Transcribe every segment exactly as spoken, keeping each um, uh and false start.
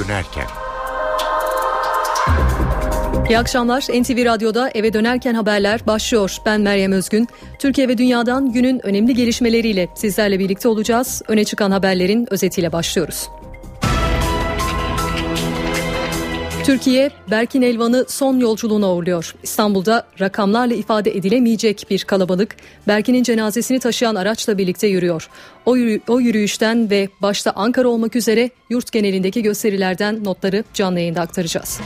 dönerken. İyi akşamlar. N T V Radyo'da Eve Dönerken haberler başlıyor. Ben Meryem Özgün. Türkiye ve dünyadan günün önemli gelişmeleriyle sizlerle birlikte olacağız. Öne çıkan haberlerin özetiyle başlıyoruz. Türkiye, Berkin Elvan'ı son yolculuğuna uğurluyor. İstanbul'da rakamlarla ifade edilemeyecek bir kalabalık, Berkin'in cenazesini taşıyan araçla birlikte yürüyor. O, yürü- o yürüyüşten ve başta Ankara olmak üzere yurt genelindeki gösterilerden notları canlı yayında aktaracağız.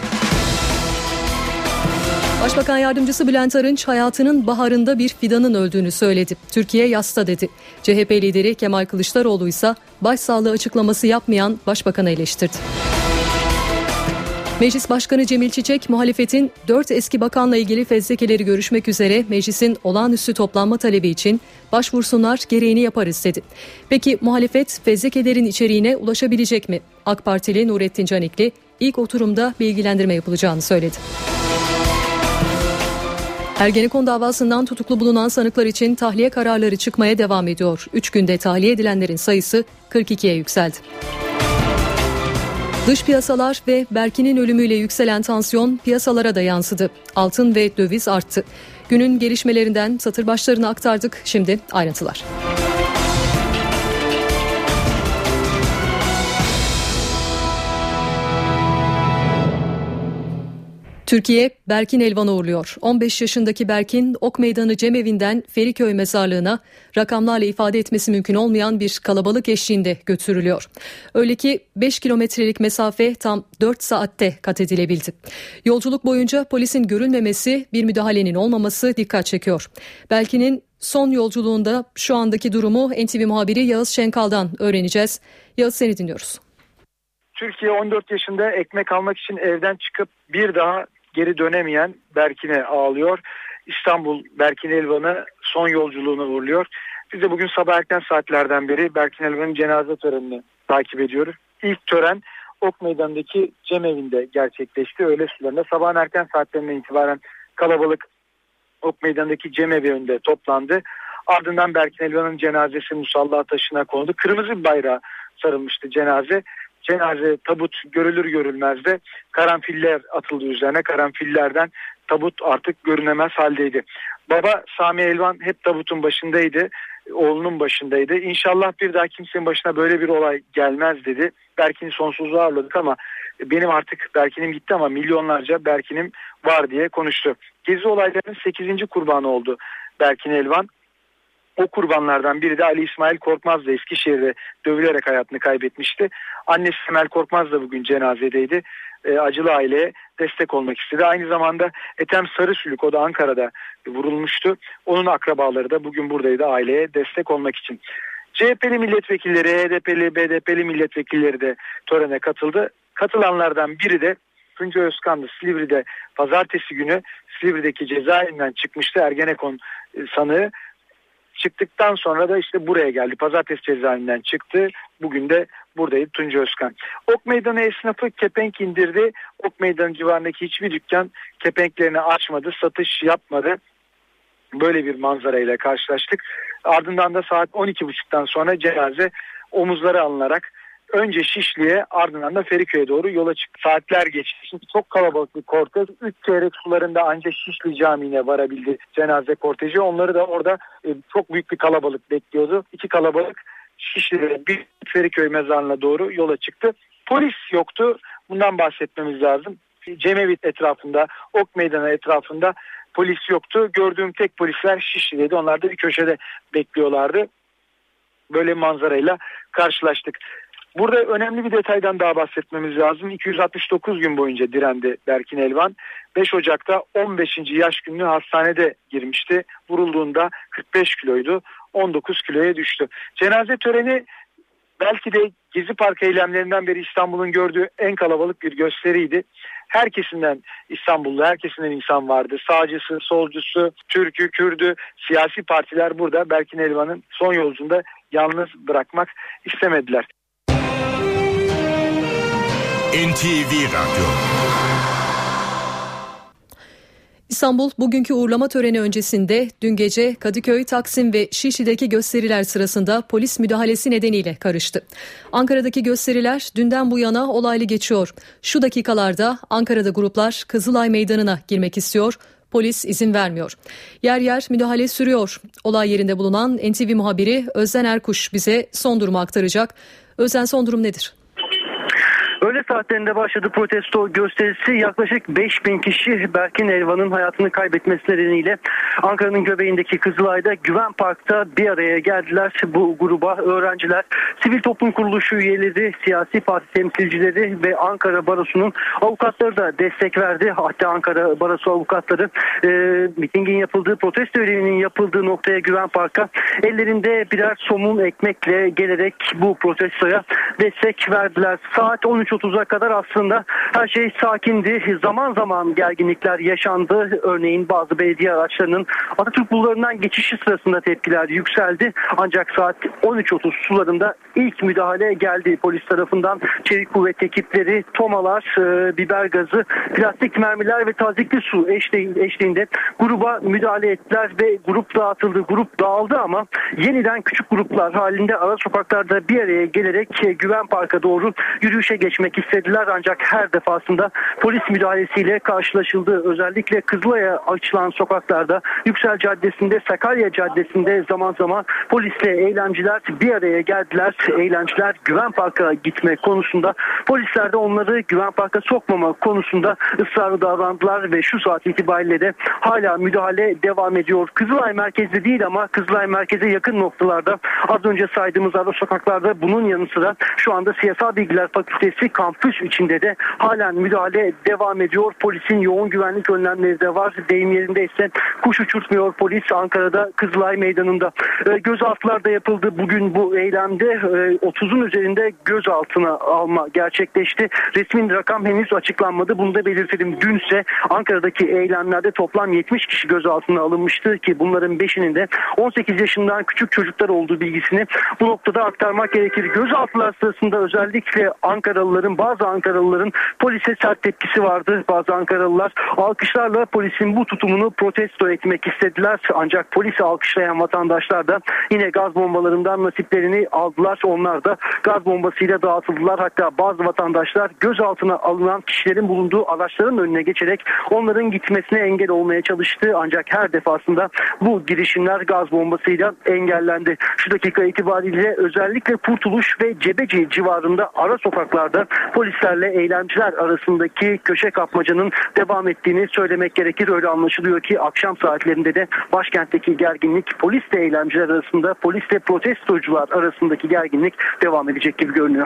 Başbakan Yardımcısı Bülent Arınç hayatının baharında bir fidanın öldüğünü söyledi. Türkiye yasta dedi. C H P lideri Kemal Kılıçdaroğlu ise başsağlığı açıklaması yapmayan başbakanı eleştirdi. Meclis Başkanı Cemil Çiçek, muhalefetin dört eski bakanla ilgili fezlekeleri görüşmek üzere meclisin olağanüstü toplanma talebi için başvursunlar, gereğini yaparız dedi. Peki muhalefet fezlekelerin içeriğine ulaşabilecek mi? AK Partili Nurettin Canikli ilk oturumda bilgilendirme yapılacağını söyledi. Ergenekon davasından tutuklu bulunan sanıklar için tahliye kararları çıkmaya devam ediyor. Üç günde tahliye edilenlerin sayısı kırk ikiye yükseldi. Dış piyasalar ve Berkin'in ölümüyle yükselen tansiyon piyasalara da yansıdı. Altın ve döviz arttı. Günün gelişmelerinden satır başlarını aktardık. Şimdi ayrıntılar. Türkiye, Berkin Elvan'ı uğurluyor. on beş yaşındaki Berkin, Ok Meydanı Cemevi'nden Feriköy mezarlığına rakamlarla ifade etmesi mümkün olmayan bir kalabalık eşliğinde götürülüyor. Öyle ki beş kilometrelik mesafe tam dört saatte kat edilebildi. Yolculuk boyunca polisin görülmemesi, bir müdahalenin olmaması dikkat çekiyor. Berkin'in son yolculuğunda şu andaki durumu N T V muhabiri Yağız Şenkal'dan öğreneceğiz. Yağız, seni dinliyoruz. Türkiye on dört yaşında ekmek almak için evden çıkıp bir daha geri dönemeyen Berkin'e ağlıyor. İstanbul Berkin Elvan'ı son yolculuğuna uğurluyor. Biz de bugün sabah erken saatlerden beri Berkin Elvan'ın cenaze törenini takip ediyoruz. İlk tören Ok Meydanı'ndaki cemevi'nde gerçekleşti. Öğle sularında sabahın erken saatlerinden itibaren kalabalık Ok Meydanı'ndaki cemevi önünde toplandı. Ardından Berkin Elvan'ın cenazesi musalla taşına kondu. Kırmızı bir bayrağa sarılmıştı cenaze. Cenaze tabut görülür görülmez de karanfiller atıldı üzerine. Karanfillerden tabut artık görünemez haldeydi. Baba Sami Elvan hep tabutun başındaydı. Oğlunun başındaydı. İnşallah bir daha kimsenin başına böyle bir olay gelmez dedi. Berkin'i sonsuzluğa ağırladık ama benim artık Berkin'im gitti ama milyonlarca Berkin'im var diye konuştu. Gezi olaylarının sekizinci kurbanı oldu Berkin Elvan. O kurbanlardan biri de Ali İsmail Korkmaz da Eskişehir'de dövülerek hayatını kaybetmişti. Annesi Emel Korkmaz da bugün cenazedeydi. E, acılı aileye destek olmak istedi. Aynı zamanda Ethem Sarısülük, o da Ankara'da vurulmuştu. Onun akrabaları da bugün buradaydı aileye destek olmak için. C H P'li milletvekilleri, H D P'li, B D P'li milletvekilleri de törene katıldı. Katılanlardan biri de Tunca Özkan'dı. Silivri'de pazartesi günü Silivri'deki cezaevinden çıkmıştı Ergenekon sanığı. Çıktıktan sonra da işte buraya geldi. Pazartesi cezaevinden çıktı. Bugün de buradaydı Tunca Özkan. Ok Meydanı esnafı kepenk indirdi. Ok Meydanı civarındaki hiçbir dükkan kepenklerini açmadı, satış yapmadı. Böyle bir manzarayla karşılaştık. Ardından da saat on iki buçuktan sonra cenaze omuzları alınarak önce Şişli'ye, ardından da Feriköy'e doğru yola çıktı. Saatler geçti. Şimdi çok kalabalık bir kortej. Üç çeyrek sularında ancak Şişli Camii'ne varabildi cenaze korteji. Onları da orada e, çok büyük bir kalabalık bekliyordu. İki kalabalık Şişli'de bir Feriköy mezarlığına doğru yola çıktı. Polis yoktu. Bundan bahsetmemiz lazım. Cemevi etrafında, Ok Meydanı etrafında polis yoktu. Gördüğüm tek polisler Şişli'deydi. Onlar da bir köşede bekliyorlardı. Böyle manzarayla karşılaştık. Burada önemli bir detaydan daha bahsetmemiz lazım. iki yüz altmış dokuz gün boyunca direndi Berkin Elvan. beş Ocak'ta on beşinci yaş gününü hastanede girmişti. Vurulduğunda kırk beş kiloydu. on dokuz kiloya düştü. Cenaze töreni belki de Gezi Parkı eylemlerinden beri İstanbul'un gördüğü en kalabalık bir gösteriydi. Herkesinden İstanbul'da herkesinden insan vardı. Sağcısı, solcusu, Türk'ü, Kürd'ü, siyasi partiler burada Berkin Elvan'ın son yolculuğunda yalnız bırakmak istemediler. N T V Radyo. İstanbul bugünkü uğurlama töreni öncesinde dün gece Kadıköy, Taksim ve Şişli'deki gösteriler sırasında polis müdahalesi nedeniyle karıştı. Ankara'daki gösteriler dünden bu yana olaylı geçiyor. Şu dakikalarda Ankara'da gruplar Kızılay Meydanı'na girmek istiyor. Polis izin vermiyor. Yer yer müdahale sürüyor. Olay yerinde bulunan N T V muhabiri Özden Erkuş bize son durumu aktaracak. Özden, son durum nedir? Öğle saatlerinde başladı protesto gösterisi. Yaklaşık beş bin kişi Berkin Elvan'ın hayatını kaybetmesi nedeniyle Ankara'nın göbeğindeki Kızılay'da Güven Park'ta bir araya geldiler. Bu gruba öğrenciler, sivil toplum kuruluşu üyeleri, siyasi parti temsilcileri ve Ankara Barosu'nun avukatları da destek verdi. Hatta Ankara Barosu avukatları e, mitingin yapıldığı, protesto eyleminin yapıldığı noktaya Güven Park'a ellerinde birer somun ekmekle gelerek bu protestoya destek verdiler. Saat on üç otuza kadar aslında her şey sakindi. Zaman zaman gerginlikler yaşandı. Örneğin bazı belediye araçlarının Atatürk bulvarından geçişi sırasında tepkiler yükseldi. Ancak saat on üç otuz sularında ilk müdahale geldi polis tarafından. Çevik kuvvet ekipleri, tomalar, e, biber gazı, plastik mermiler ve tazikli su eşliğinde gruba müdahale ettiler ve grup dağıtıldı. Grup dağıldı ama yeniden küçük gruplar halinde ara sokaklarda bir araya gelerek Güven Park'a doğru yürüyüşe geçmek istediler. Ancak her defasında polis müdahalesiyle karşılaşıldı. Özellikle Kızılay'a açılan sokaklarda, Yüksel Caddesi'nde, Sakarya Caddesi'nde zaman zaman polisle eylemciler bir araya geldiler. Eylemciler Güven Park'a gitme konusunda, polisler de onları Güven Park'a sokmama konusunda ısrarlı davrandılar ve şu saat itibariyle de hala müdahale devam ediyor. Kızılay merkezde değil ama Kızılay merkeze yakın noktalarda, az önce saydığımız ara sokaklarda, bunun yanı sıra şu anda Siyasal Bilgiler Fakültesi kampüs içinde de halen müdahale devam ediyor. Polisin yoğun güvenlik önlemleri de var. Deyim yerinde ise kuş uçurtmuyor polis Ankara'da Kızılay Meydanı'nda. E, gözaltılar da yapıldı. Bugün bu eylemde e, otuzun üzerinde gözaltına alma gerçekleşti. Resmi rakam henüz açıklanmadı. Bunu da belirtelim. Dünse Ankara'daki eylemlerde toplam yetmiş kişi gözaltına alınmıştı ki bunların beşinin de on sekiz yaşından küçük çocuklar olduğu bilgisini bu noktada aktarmak gerekir. Gözaltılar sırasında özellikle Ankaralıların, bazı Ankaralıların polise sert tepkisi vardı. Bazı Ankaralılar alkışlarla polisin bu tutumunu protesto etmek istediler. Ancak polisi alkışlayan vatandaşlar da yine gaz bombalarından nasiplerini aldılar. Onlar da gaz bombasıyla dağıtıldılar. Hatta bazı vatandaşlar gözaltına alınan kişilerin bulunduğu araçların önüne geçerek onların gitmesine engel olmaya çalıştı. Ancak her defasında bu girişimler gaz bombasıyla engellendi. Şu dakika itibariyle özellikle Kurtuluş ve Cebeci civarında ara sokaklarda polislerle eylemciler arasındaki köşe kapmacanın devam ettiğini söylemek gerekir. Öyle anlaşılıyor ki akşam saatlerinde de başkentteki gerginlik, polisle eylemciler arasında, polisle protestocular arasındaki gerginlik devam edecek gibi görünüyor.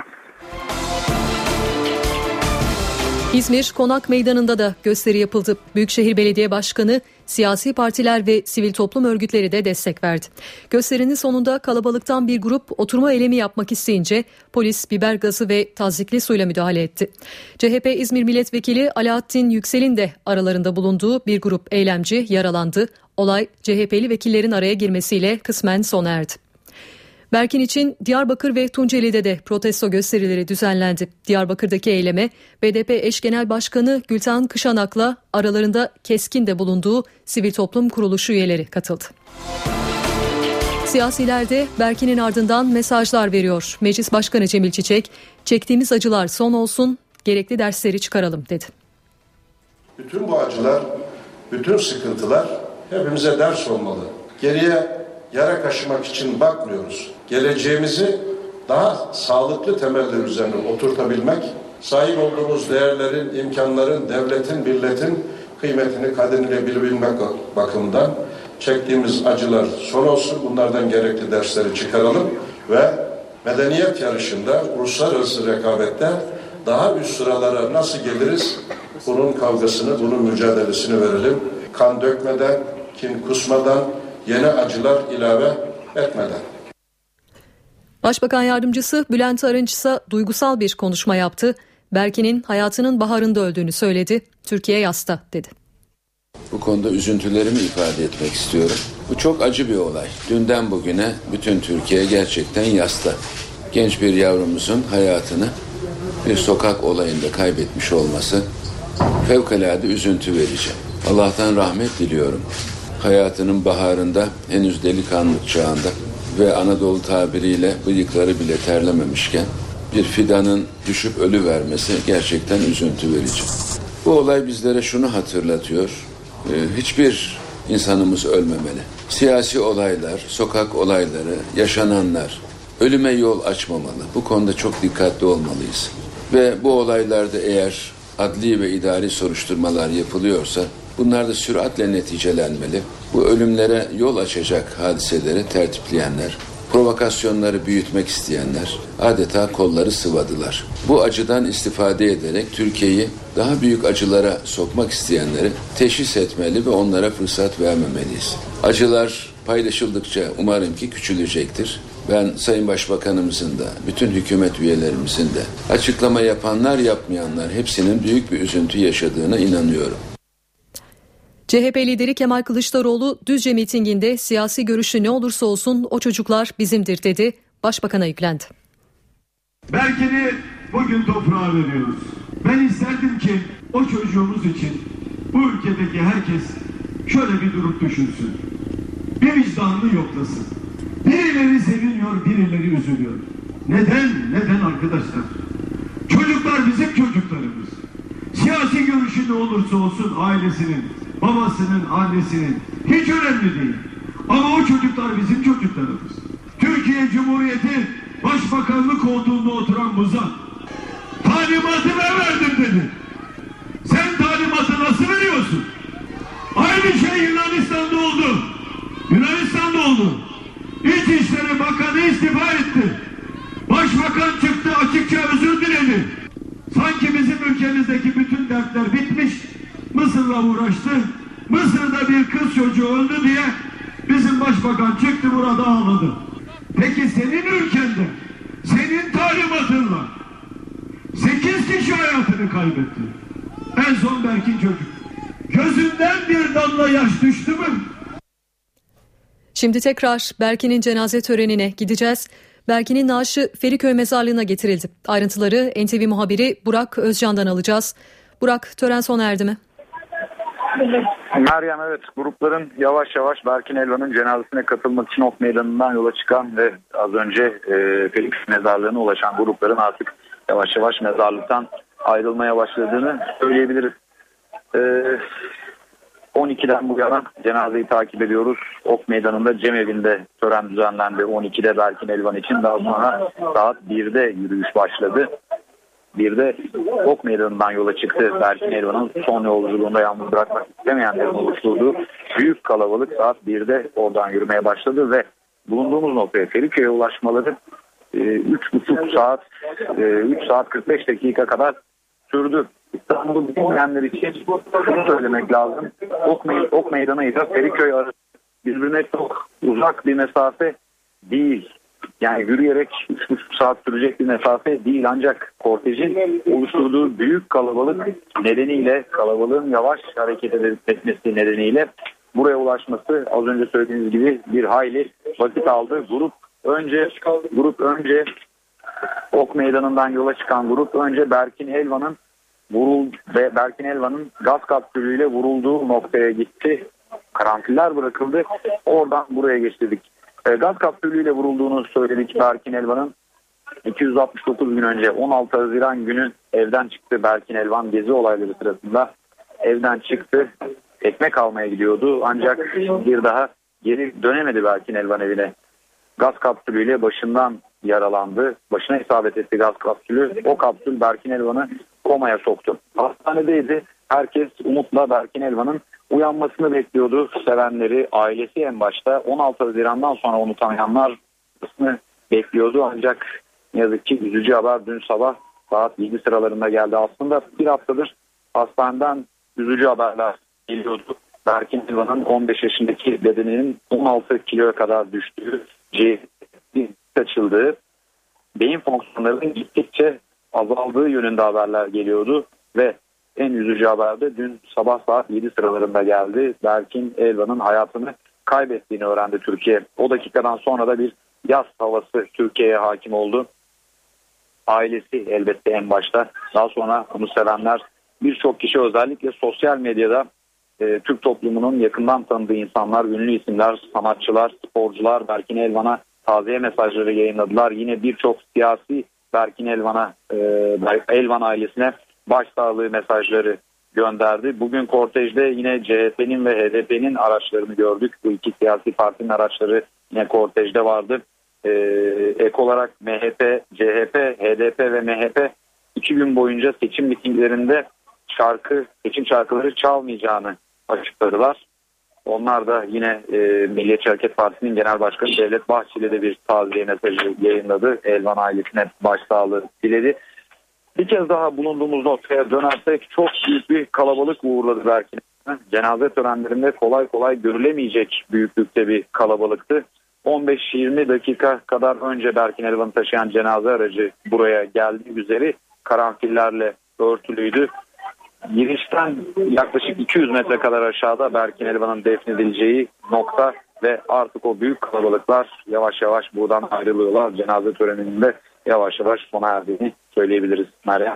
İzmir Konak Meydanı'nda da gösteri yapıldı. Büyükşehir Belediye Başkanı, siyasi partiler ve sivil toplum örgütleri de destek verdi. Gösterinin sonunda kalabalıktan bir grup oturma eylemi yapmak isteyince polis biber gazı ve tazikli suyla müdahale etti. C H P İzmir Milletvekili Alaaddin Yüksel'in de aralarında bulunduğu bir grup eylemci yaralandı. Olay C H P'li vekillerin araya girmesiyle kısmen sona erdi. Berkin için Diyarbakır ve Tunceli'de de protesto gösterileri düzenlendi. Diyarbakır'daki eyleme B D P eş genel başkanı Gülten Kışanak'la aralarında Keskin de bulunduğu sivil toplum kuruluşu üyeleri katıldı. Siyasiler de Berkin'in ardından mesajlar veriyor. Meclis Başkanı Cemil Çiçek, "Çektiğimiz acılar son olsun, gerekli dersleri çıkaralım" dedi. Bütün bu acılar, bütün sıkıntılar hepimize ders olmalı. Geriye yara kaşımak için bakmıyoruz. Geleceğimizi daha sağlıklı temeller üzerine oturtabilmek, sahip olduğumuz değerlerin, imkanların, devletin, milletin kıymetini, kadrini bilebilmek bakımından çektiğimiz acılar son olsun. Bunlardan gerekli dersleri çıkaralım ve medeniyet yarışında, uluslararası rekabette daha üst sıralara nasıl geliriz? Bunun kavgasını, bunun mücadelesini verelim. Kan dökmeden, kin kusmadan, yeni acılar ilave etmeden. Başbakan Yardımcısı Bülent Arınç ise duygusal bir konuşma yaptı. Berkin'in hayatının baharında öldüğünü söyledi. Türkiye yasta dedi. Bu konuda üzüntülerimi ifade etmek istiyorum. Bu çok acı bir olay. Dünden bugüne bütün Türkiye gerçekten yasta. Genç bir yavrumuzun hayatını bir sokak olayında kaybetmiş olması fevkalade üzüntü verici. Allah'tan rahmet diliyorum. Hayatının baharında, henüz delikanlık çağında ve Anadolu tabiriyle bıyıkları bile terlememişken bir fidanın düşüp ölü vermesi gerçekten üzüntü verici. Bu olay bizlere şunu hatırlatıyor. Ee, hiçbir insanımız ölmemeli. Siyasi olaylar, sokak olayları, yaşananlar ölüme yol açmamalı. Bu konuda çok dikkatli olmalıyız. Ve bu olaylarda eğer adli ve idari soruşturmalar yapılıyorsa bunlar da süratle neticelenmeli. Bu ölümlere yol açacak hadiseleri tertipleyenler, provokasyonları büyütmek isteyenler adeta kolları sıvadılar. Bu acıdan istifade ederek Türkiye'yi daha büyük acılara sokmak isteyenleri teşhis etmeli ve onlara fırsat vermemeliyiz. Acılar paylaşıldıkça umarım ki küçülecektir. Ben Sayın Başbakanımızın da, bütün hükümet üyelerimizin de, açıklama yapanlar yapmayanlar hepsinin büyük bir üzüntü yaşadığına inanıyorum. C H P lideri Kemal Kılıçdaroğlu Düzce mitinginde siyasi görüşü ne olursa olsun o çocuklar bizimdir dedi. Başbakan'a yüklendi. Berkin'i bugün toprağa veriyoruz. Ben isterdim ki o çocuğumuz için bu ülkedeki herkes şöyle bir durup düşünsün. Bir vicdanını yoklasın. Birileri seviniyor, birileri üzülüyor. Neden? Neden arkadaşlar? Çocuklar bizim çocuklarımız. Siyasi görüşü ne olursa olsun ailesinin, babasının, annesinin hiç önemli değil. Ama o çocuklar bizim çocuklarımız. Türkiye Cumhuriyeti Başbakanlık koltuğunda oturan Muzan talimatı ben verdim dedi. Sen talimatı nasıl veriyorsun? Aynı şey Yunanistan'da oldu. Yunanistan'da oldu. İçişleri Bakanı istifa etti. Başbakan çıktı, açıkça özür diledi. Sanki bizim ülkemizdeki bütün dertler bitmiş. Mısır'la uğraştı. Mısır'da bir kız çocuğu öldü diye bizim başbakan çıktı burada ağladı. Peki senin ülkende, senin talimatınla sekiz kişi hayatını kaybetti. En son Berkin çocuk. Gözünden bir damla yaş düştü mü? Şimdi tekrar Berkin'in cenaze törenine gideceğiz. Berkin'in naaşı Feriköy mezarlığına getirildi. Ayrıntıları N T V muhabiri Burak Özcan'dan alacağız. Burak, tören sona erdi mi? Meryem, evet, grupların yavaş yavaş Berkin Elvan'ın cenazesine katılmak için Ok Meydanı'ndan yola çıkan ve az önce e, Feriköy mezarlığına ulaşan grupların artık yavaş yavaş mezarlıktan ayrılmaya başladığını söyleyebiliriz. E, on ikiden bu yana cenazeyi takip ediyoruz. Ok Meydanı'nda Cemevi'nde tören düzenlendi. on ikide Berkin Elvan için, daha sonra saat birde yürüyüş başladı. birde Ok Meydanı'ndan yola çıktı. Berkin Elvan'ın son yolculuğunda yalnız bırakmak istemeyenlerin oluşturduğu büyük kalabalık saat birde oradan yürümeye başladı ve bulunduğumuz noktaya, Feriköy'e ulaşmaları üç buçuk saat, üç saat kırk beş dakika kadar sürdü. İstanbul'u bilmeyenler için şunu söylemek lazım. Ok, Me- ok Meydanı ile Feriköy arası birbirine çok uzak bir mesafe değil. Yani yürüyerek üç buçuk saat sürecek bir mesafe değil, ancak kortejin oluşturduğu büyük kalabalık nedeniyle, kalabalığın yavaş hareket etmesi nedeniyle buraya ulaşması az önce söylediğiniz gibi bir hayli vakit aldı. Grup önce grup önce Ok Meydanı'ndan yola çıkan grup önce Berkin Elvan'ın vurul ve Berkin Elvan'ın gaz kapsülüyle vurulduğu noktaya gitti. Karanfiller bırakıldı. Oradan buraya geçtik. E, gaz kapsülüyle vurulduğunu söyledik Berkin Elvan'ın. iki yüz altmış dokuz gün önce on altı Haziran günü evden çıktı Berkin Elvan, gezi olayları sırasında evden çıktı. Ekmek almaya gidiyordu ancak bir daha geri dönemedi Berkin Elvan evine. Gaz kapsülüyle başından yaralandı. Başına isabet etti gaz kapsülü. O kapsül Berkin Elvan'ı komaya soktu. Hastanedeydi. Herkes umutla Berkin Elvan'ın uyanmasını bekliyordu. Sevenleri, ailesi en başta. on altı Haziran'dan sonra onu tanıyanlar bekliyordu. Ancak ne yazık ki üzücü haber dün sabah saat yedi sıralarında geldi. Aslında bir haftadır hastaneden üzücü haberler geliyordu. Berkin Elvan'ın on beş yaşındaki bedeninin on altı kiloya kadar düştüğü, ciğeri açıldığı, beyin fonksiyonlarının gittikçe azaldığı yönünde haberler geliyordu ve en üzücü haber de dün sabah saat yedi sıralarında geldi. Berkin Elvan'ın hayatını kaybettiğini öğrendi Türkiye. O dakikadan sonra da bir yaz havası Türkiye'ye hakim oldu. Ailesi elbette en başta. Daha sonra bunu sevenler, birçok kişi özellikle sosyal medyada e, Türk toplumunun yakından tanıdığı insanlar, ünlü isimler, sanatçılar, sporcular Berkin Elvan'a taziye mesajları yayınladılar. Yine birçok siyasi Berkin Elvan'a, e, Elvan ailesine başsağlığı mesajları gönderdi. Bugün kortejde yine C H P'nin ve H D P'nin araçlarını gördük. Bu iki siyasi partinin araçları yine kortejde vardı. Ee, ek olarak M H P, C H P, H D P ve M H P iki gün boyunca seçim mitinglerinde şarkı, seçim şarkıları çalmayacağını açıkladılar. Onlar da yine e, Milliyetçi Hareket Partisi'nin Genel Başkanı Devlet Bahçeli de bir taziye mesajı yayınladı. Elvan ailesine başsağlığı diledi. Bir kez daha bulunduğumuz noktaya dönersek çok büyük bir kalabalık uğurladı Berkin. Cenaze törenlerinde kolay kolay görülemeyecek büyüklükte bir kalabalıktı. on beş yirmi dakika kadar önce Berkin Elvan'ı taşıyan cenaze aracı buraya geldiği üzere karanfillerle örtülüydü. Girişten yaklaşık iki yüz metre kadar aşağıda Berkin Elvan'ın defnedileceği nokta ve artık o büyük kalabalıklar yavaş yavaş buradan ayrılıyorlar. Cenaze töreninde yavaş yavaş sona erdiğini söyleyebiliriz Meryem.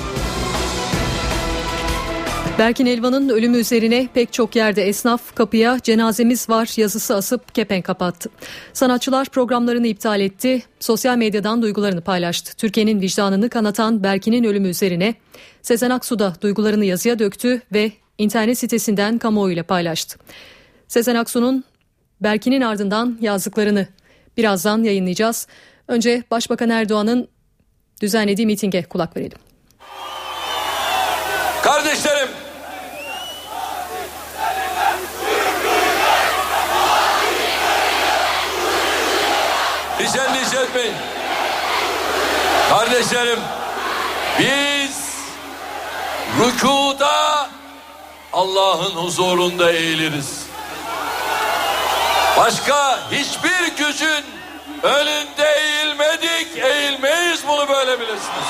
Berkin Elvan'ın ölümü üzerine pek çok yerde esnaf kapıya "cenazemiz var" yazısı asıp kepenk kapattı. Sanatçılar programlarını iptal etti, sosyal medyadan duygularını paylaştı. Türkiye'nin vicdanını kanatan Berkin'in ölümü üzerine Sezen Aksu da duygularını yazıya döktü ve internet sitesinden kamuoyuyla paylaştı. Sezen Aksu'nun Berkin'in ardından yazdıklarını birazdan yayınlayacağız. Önce Başbakan Erdoğan'ın düzenlediği mitinge kulak verelim. Kardeşlerim, hiç endişe etmeyin. Kardeşlerim, biz rükuda Allah'ın huzurunda eğiliriz. Başka hiçbir gücün önünde eğilmedik, eğilmeyiz, bunu böyle bilirsiniz.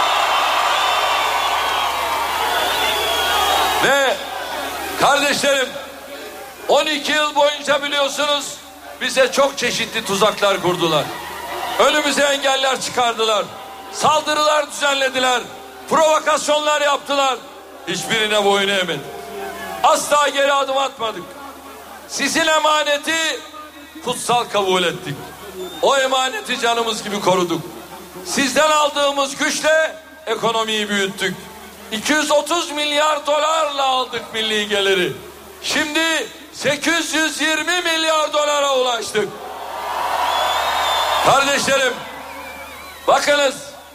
Ve kardeşlerim, on iki yıl boyunca biliyorsunuz bize çok çeşitli tuzaklar kurdular. Önümüze engeller çıkardılar. Saldırılar düzenlediler. Provokasyonlar yaptılar. Hiçbirine boyun eğmedik. Asla geri adım atmadık. Sizin emaneti kutsal kabul ettik. O emaneti canımız gibi koruduk. Sizden aldığımız güçle ekonomiyi büyüttük. iki yüz otuz milyar dolarla aldık milli geliri. Şimdi sekiz yüz yirmi milyar dolara ulaştık. Kardeşlerim, bakınız,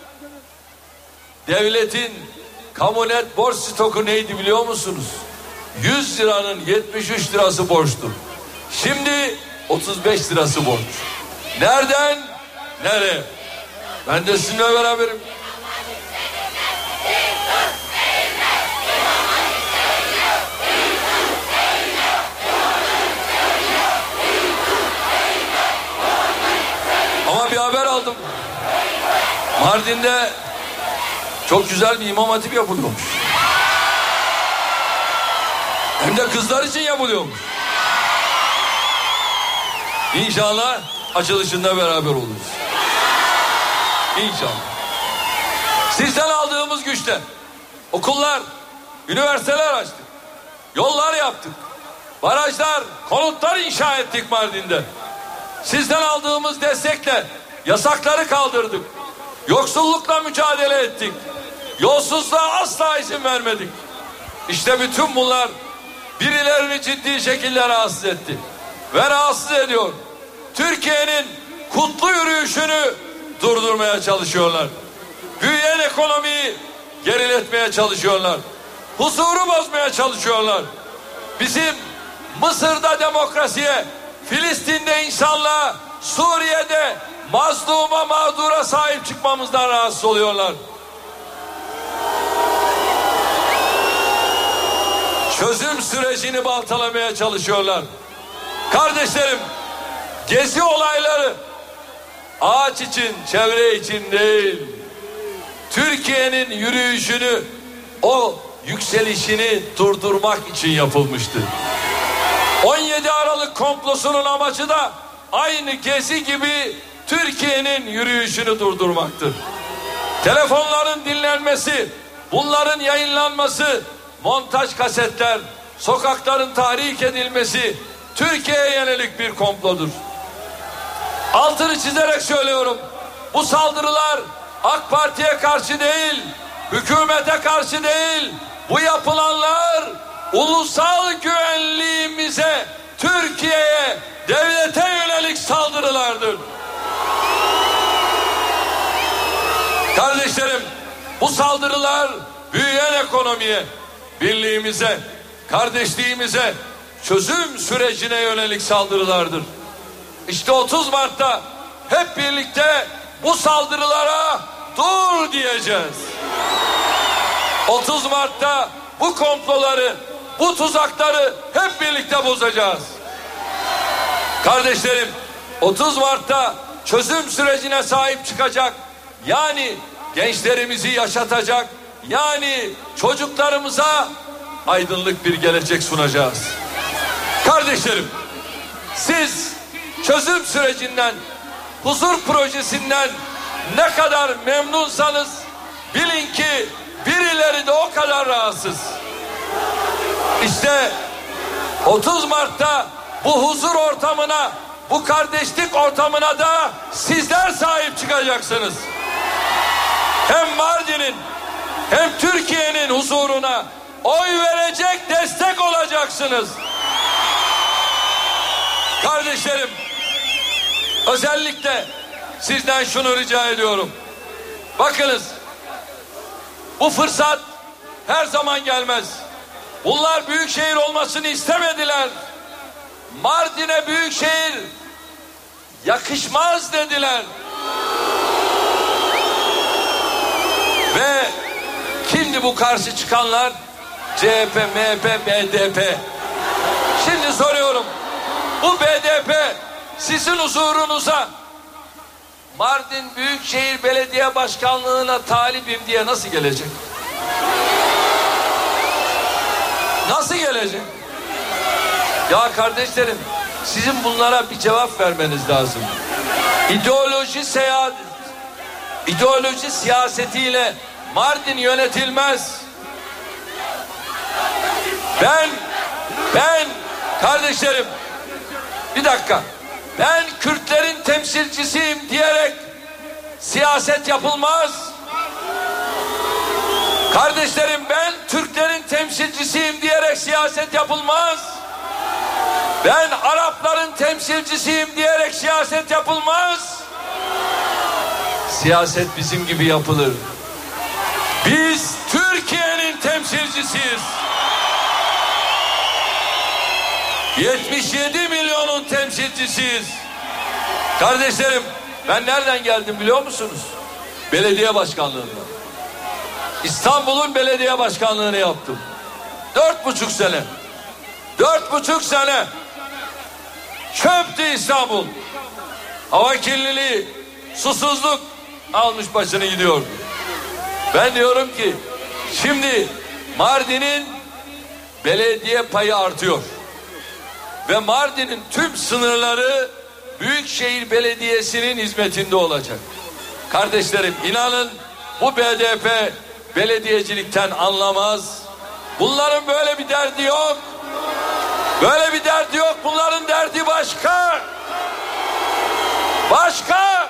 devletin kamu net borç stoku neydi biliyor musunuz? yüz liranın yetmiş üç lirası borçtu. Şimdi otuz beş lirası borç. Nereden nereye? Ben de sizinle beraberim. Ama bir haber aldım. Mardin'de çok güzel bir imam hatip yapılıyormuş. Hem de kızlar için yapılıyormuş. İnşallah açılışında beraber oluruz. İnşallah. Sizden aldığımız güçle okullar, üniversiteler açtık. Yollar yaptık. Barajlar, konutlar inşa ettik Mardin'de. Sizden aldığımız destekle yasakları kaldırdık. Yoksullukla mücadele ettik. Yolsuzluğa asla izin vermedik. İşte bütün bunlar birilerini ciddi şekilde rahatsız etti. Ve rahatsız ediyor. Türkiye'nin kutlu yürüyüşünü durdurmaya çalışıyorlar. Büyüyen ekonomiyi geriletmeye çalışıyorlar. Huzuru bozmaya çalışıyorlar. Bizim Mısır'da demokrasiye, Filistin'de insanlığa, Suriye'de mazluma, mağdura sahip çıkmamızdan rahatsız oluyorlar. Çözüm sürecini baltalamaya çalışıyorlar. Kardeşlerim, gezi olayları ağaç için, çevre için değil, Türkiye'nin yürüyüşünü, o yükselişini durdurmak için yapılmıştı. on yedi Aralık komplosunun amacı da aynı gezi gibi Türkiye'nin yürüyüşünü durdurmaktır. Telefonların dinlenmesi, bunların yayınlanması, montaj kasetler, sokakların tahrik edilmesi Türkiye'ye yönelik bir komplodur. Altını çizerek söylüyorum. Bu saldırılar AK Parti'ye karşı değil, hükümete karşı değil. Bu yapılanlar ulusal güvenliğimize, Türkiye'ye, devlete yönelik saldırılardır. Kardeşlerim, bu saldırılar büyüyen ekonomiye, birliğimize, kardeşliğimize, çözüm sürecine yönelik saldırılardır. İşte otuz Mart'ta hep birlikte bu saldırılara dur diyeceğiz. otuz Mart'ta bu komploları, bu tuzakları hep birlikte bozacağız. Kardeşlerim, otuz Mart'ta çözüm sürecine sahip çıkacak, yani gençlerimizi yaşatacak, yani çocuklarımıza aydınlık bir gelecek sunacağız. Kardeşlerim, siz çözüm sürecinden, huzur projesinden ne kadar memnunsanız bilin ki birileri de o kadar rahatsız. İşte otuz Mart'ta bu huzur ortamına, bu kardeşlik ortamına da sizler sahip çıkacaksınız. Hem Mardin'in hem Türkiye'nin huzuruna oy verecek, destek olacaksınız. Kardeşlerim, özellikle sizden şunu rica ediyorum. Bakınız, bu fırsat her zaman gelmez. Bunlar büyükşehir olmasını istemediler. Mardin'e büyükşehir yakışmaz dediler. Ve kimdi bu karşı çıkanlar? C H P, M H P, B D P. Şimdi soruyorum. Bu B D P sizin huzurunuza Mardin Büyükşehir Belediye Başkanlığı'na talibim diye nasıl gelecek? Nasıl gelecek? Ya kardeşlerim, sizin bunlara bir cevap vermeniz lazım. İdeoloji seyahat, ideoloji siyasetiyle Mardin yönetilmez. Ben, ben kardeşlerim, bir dakika. Ben Kürtlerin temsilcisiyim diyerek siyaset yapılmaz. Kardeşlerim, ben Türklerin temsilcisiyim diyerek siyaset yapılmaz. Ben Arapların temsilcisiyim diyerek siyaset yapılmaz. Siyaset bizim gibi yapılır. Biz Türkiye'nin temsilcisiyiz. yetmiş yedi milyonun temsilcisiyiz. Kardeşlerim, ben nereden geldim biliyor musunuz? Belediye başkanlığından. İstanbul'un belediye başkanlığını yaptım. Dört buçuk sene. Dört buçuk sene. Çöptü İstanbul. Hava kirliliği, susuzluk almış başını gidiyordu. Ben diyorum ki şimdi Mardin'in belediye payı artıyor. Ve Mardin'in tüm sınırları Büyükşehir Belediyesi'nin hizmetinde olacak. Kardeşlerim, inanın bu B D P belediyecilikten anlamaz. Bunların böyle bir derdi yok. Böyle bir derdi yok. Bunların derdi başka. Başka.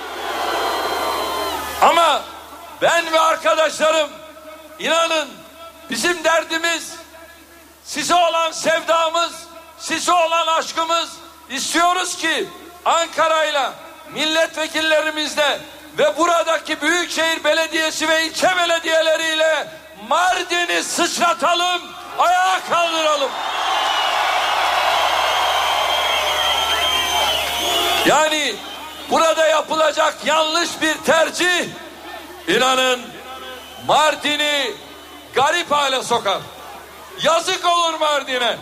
Ama ben ve arkadaşlarım, inanın bizim derdimiz, size olan sevdamız, size olan aşkımız. İstiyoruz ki Ankara'yla, milletvekillerimizle ve buradaki Büyükşehir Belediyesi ve ilçe belediyeleriyle Mardin'i sıçratalım, ayağa kaldıralım. Yani burada yapılacak yanlış bir tercih, inanın Mardin'i garip hale sokar. Yazık olur Mardin'e.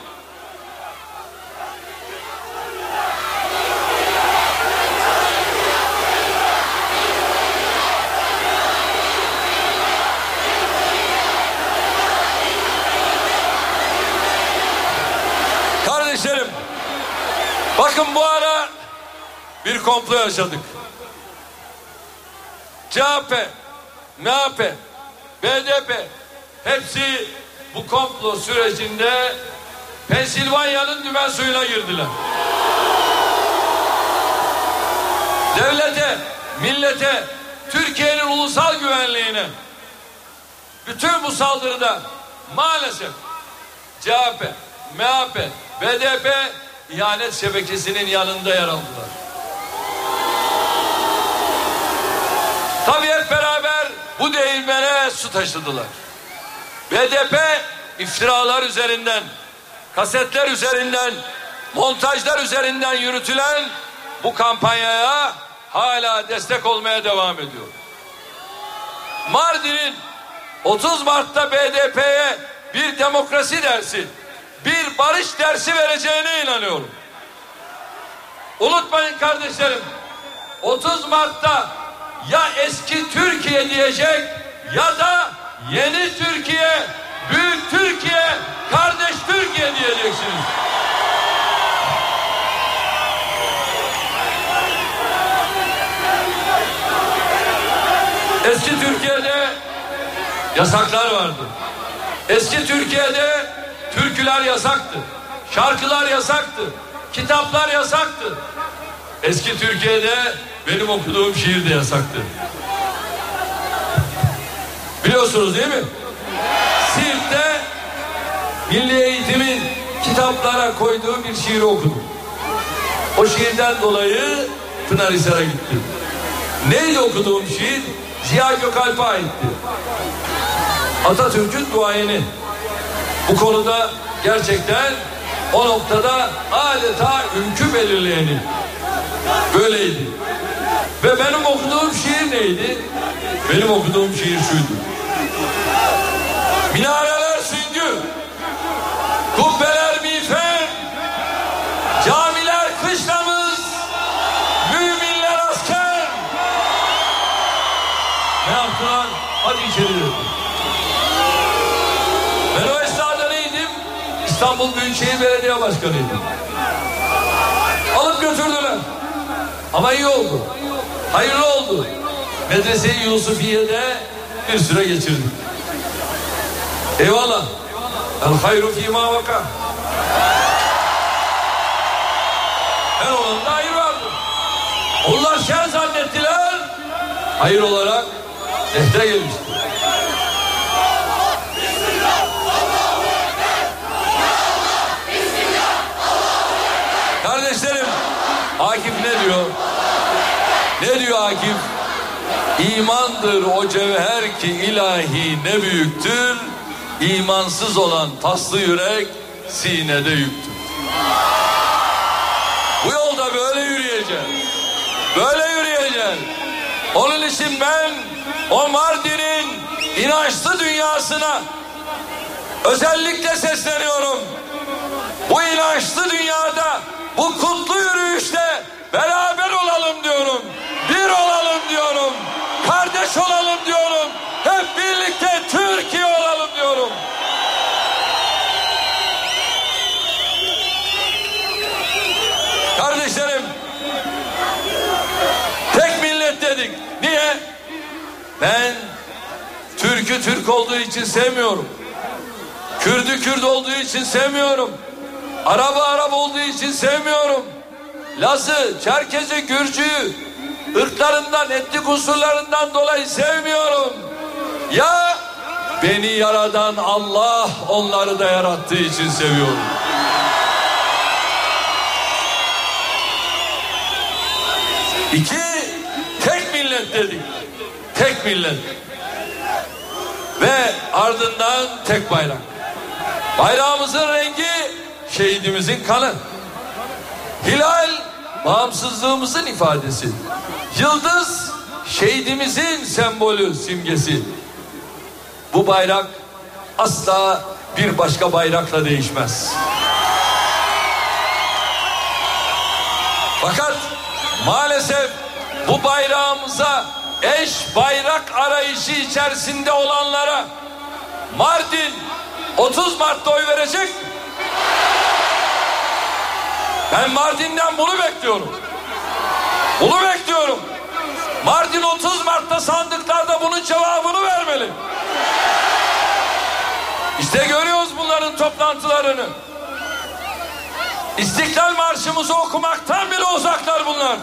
Kardeşlerim, bakın bu ara bir komplo yaşadık. C H P, M H P, B D P hepsi bu komplo sürecinde Pensilvanya'nın dümen suyuna girdiler. Devlete, millete, Türkiye'nin ulusal güvenliğine bütün bu saldırıda maalesef C H P, M H P, B D P ihanet şebekesinin yanında yer aldılar. Tabii hep beraber bu değirmene su taşıdılar. B D P iftiralar üzerinden, kasetler üzerinden, montajlar üzerinden yürütülen bu kampanyaya hala destek olmaya devam ediyor. Mardin'in otuz Mart'ta B D P'ye bir demokrasi dersi, bir barış dersi vereceğine inanıyorum. Unutmayın kardeşlerim, otuz Mart'ta ya eski Türkiye diyecek ya da yeni Türkiye, büyük Türkiye, kardeş Türkiye diyeceksiniz. Eski Türkiye'de yasaklar vardı. Eski Türkiye'de türküler yasaktı. Şarkılar yasaktı. Kitaplar yasaktı. Eski Türkiye'de benim okuduğum şiir de yasaktı. Biliyorsunuz değil mi? Siirt'te Milli Eğitim'in kitaplara koyduğu bir şiiri okudum. O şiirden dolayı Pınarhisar'a gittim. Neydi okuduğum şiir? Ziya Gökalp'e aitti. Atatürk'ün duayeni. Bu konuda gerçekten o noktada adeta ülkü belirleyeni. Böyleydi. Ve benim okuduğum şiir neydi? Benim okuduğum şiir şuydu. Minareler süngü, kubbeler miğfer, camiler kışlamız, müminler asker. Ne yaptılar? Hadi içeri dedi. Ben o esnada neydim? İstanbul Büyükşehir Belediye Başkanıydım. Alıp götürdüler. Ama iyi oldu. Hayırlı oldu. Medrese-i Yusufiye'de bir süre geçirdik. Eyvallah. El hayru fîmâ vakâ. Her olanında hayır vardı. Onlar şer zannettiler. Hayır olarak deftere gelmişti. Kardeşlerim, Akif ne diyor? Ne diyor Akif? İmandır o cevher ki ilahi ne büyüktür. İmansız olan paslı yürek sinede yüktür. Bu yolda böyle yürüyeceğiz. Böyle yürüyeceğiz. Onun için ben o Mardin'in inançlı dünyasına özellikle sesleniyorum. Bu inançlı dünyada, bu kutlu yürüyüşte beraber olalım diyorum. Bir olalım diyorum. Kardeş olalım diyorum. Hep birlikte Türkiye olalım diyorum. Kardeşlerim, tek millet dedik. Niye? Ben Türk'ü Türk olduğu için sevmiyorum. Kürd'ü Kürt olduğu için sevmiyorum. Arap'ı Arap olduğu için sevmiyorum. Laz'ı, Çerkez'i, Gürcü'yü ırklarından, etnik unsurlarından dolayı sevmiyorum. Ya beni yaradan Allah onları da yarattığı için seviyorum. İki, tek millet dedik. Tek millet. Ve ardından tek bayrak. Bayrağımızın rengi şehidimizin kanı. Hilal bağımsızlığımızın ifadesi. Yıldız şehidimizin sembolü, simgesi. Bu bayrak asla bir başka bayrakla değişmez. Fakat maalesef bu bayrağımıza eş bayrak arayışı içerisinde olanlara Mardin otuz Mart'ta oy verecek. Ben Mardin'den bunu bekliyorum. Bunu bekliyorum. Mardin otuz Mart'ta sandıklarda bunun cevabını vermeli. İşte görüyoruz bunların toplantılarını. İstiklal Marşımızı okumaktan bile uzaklar bunlar.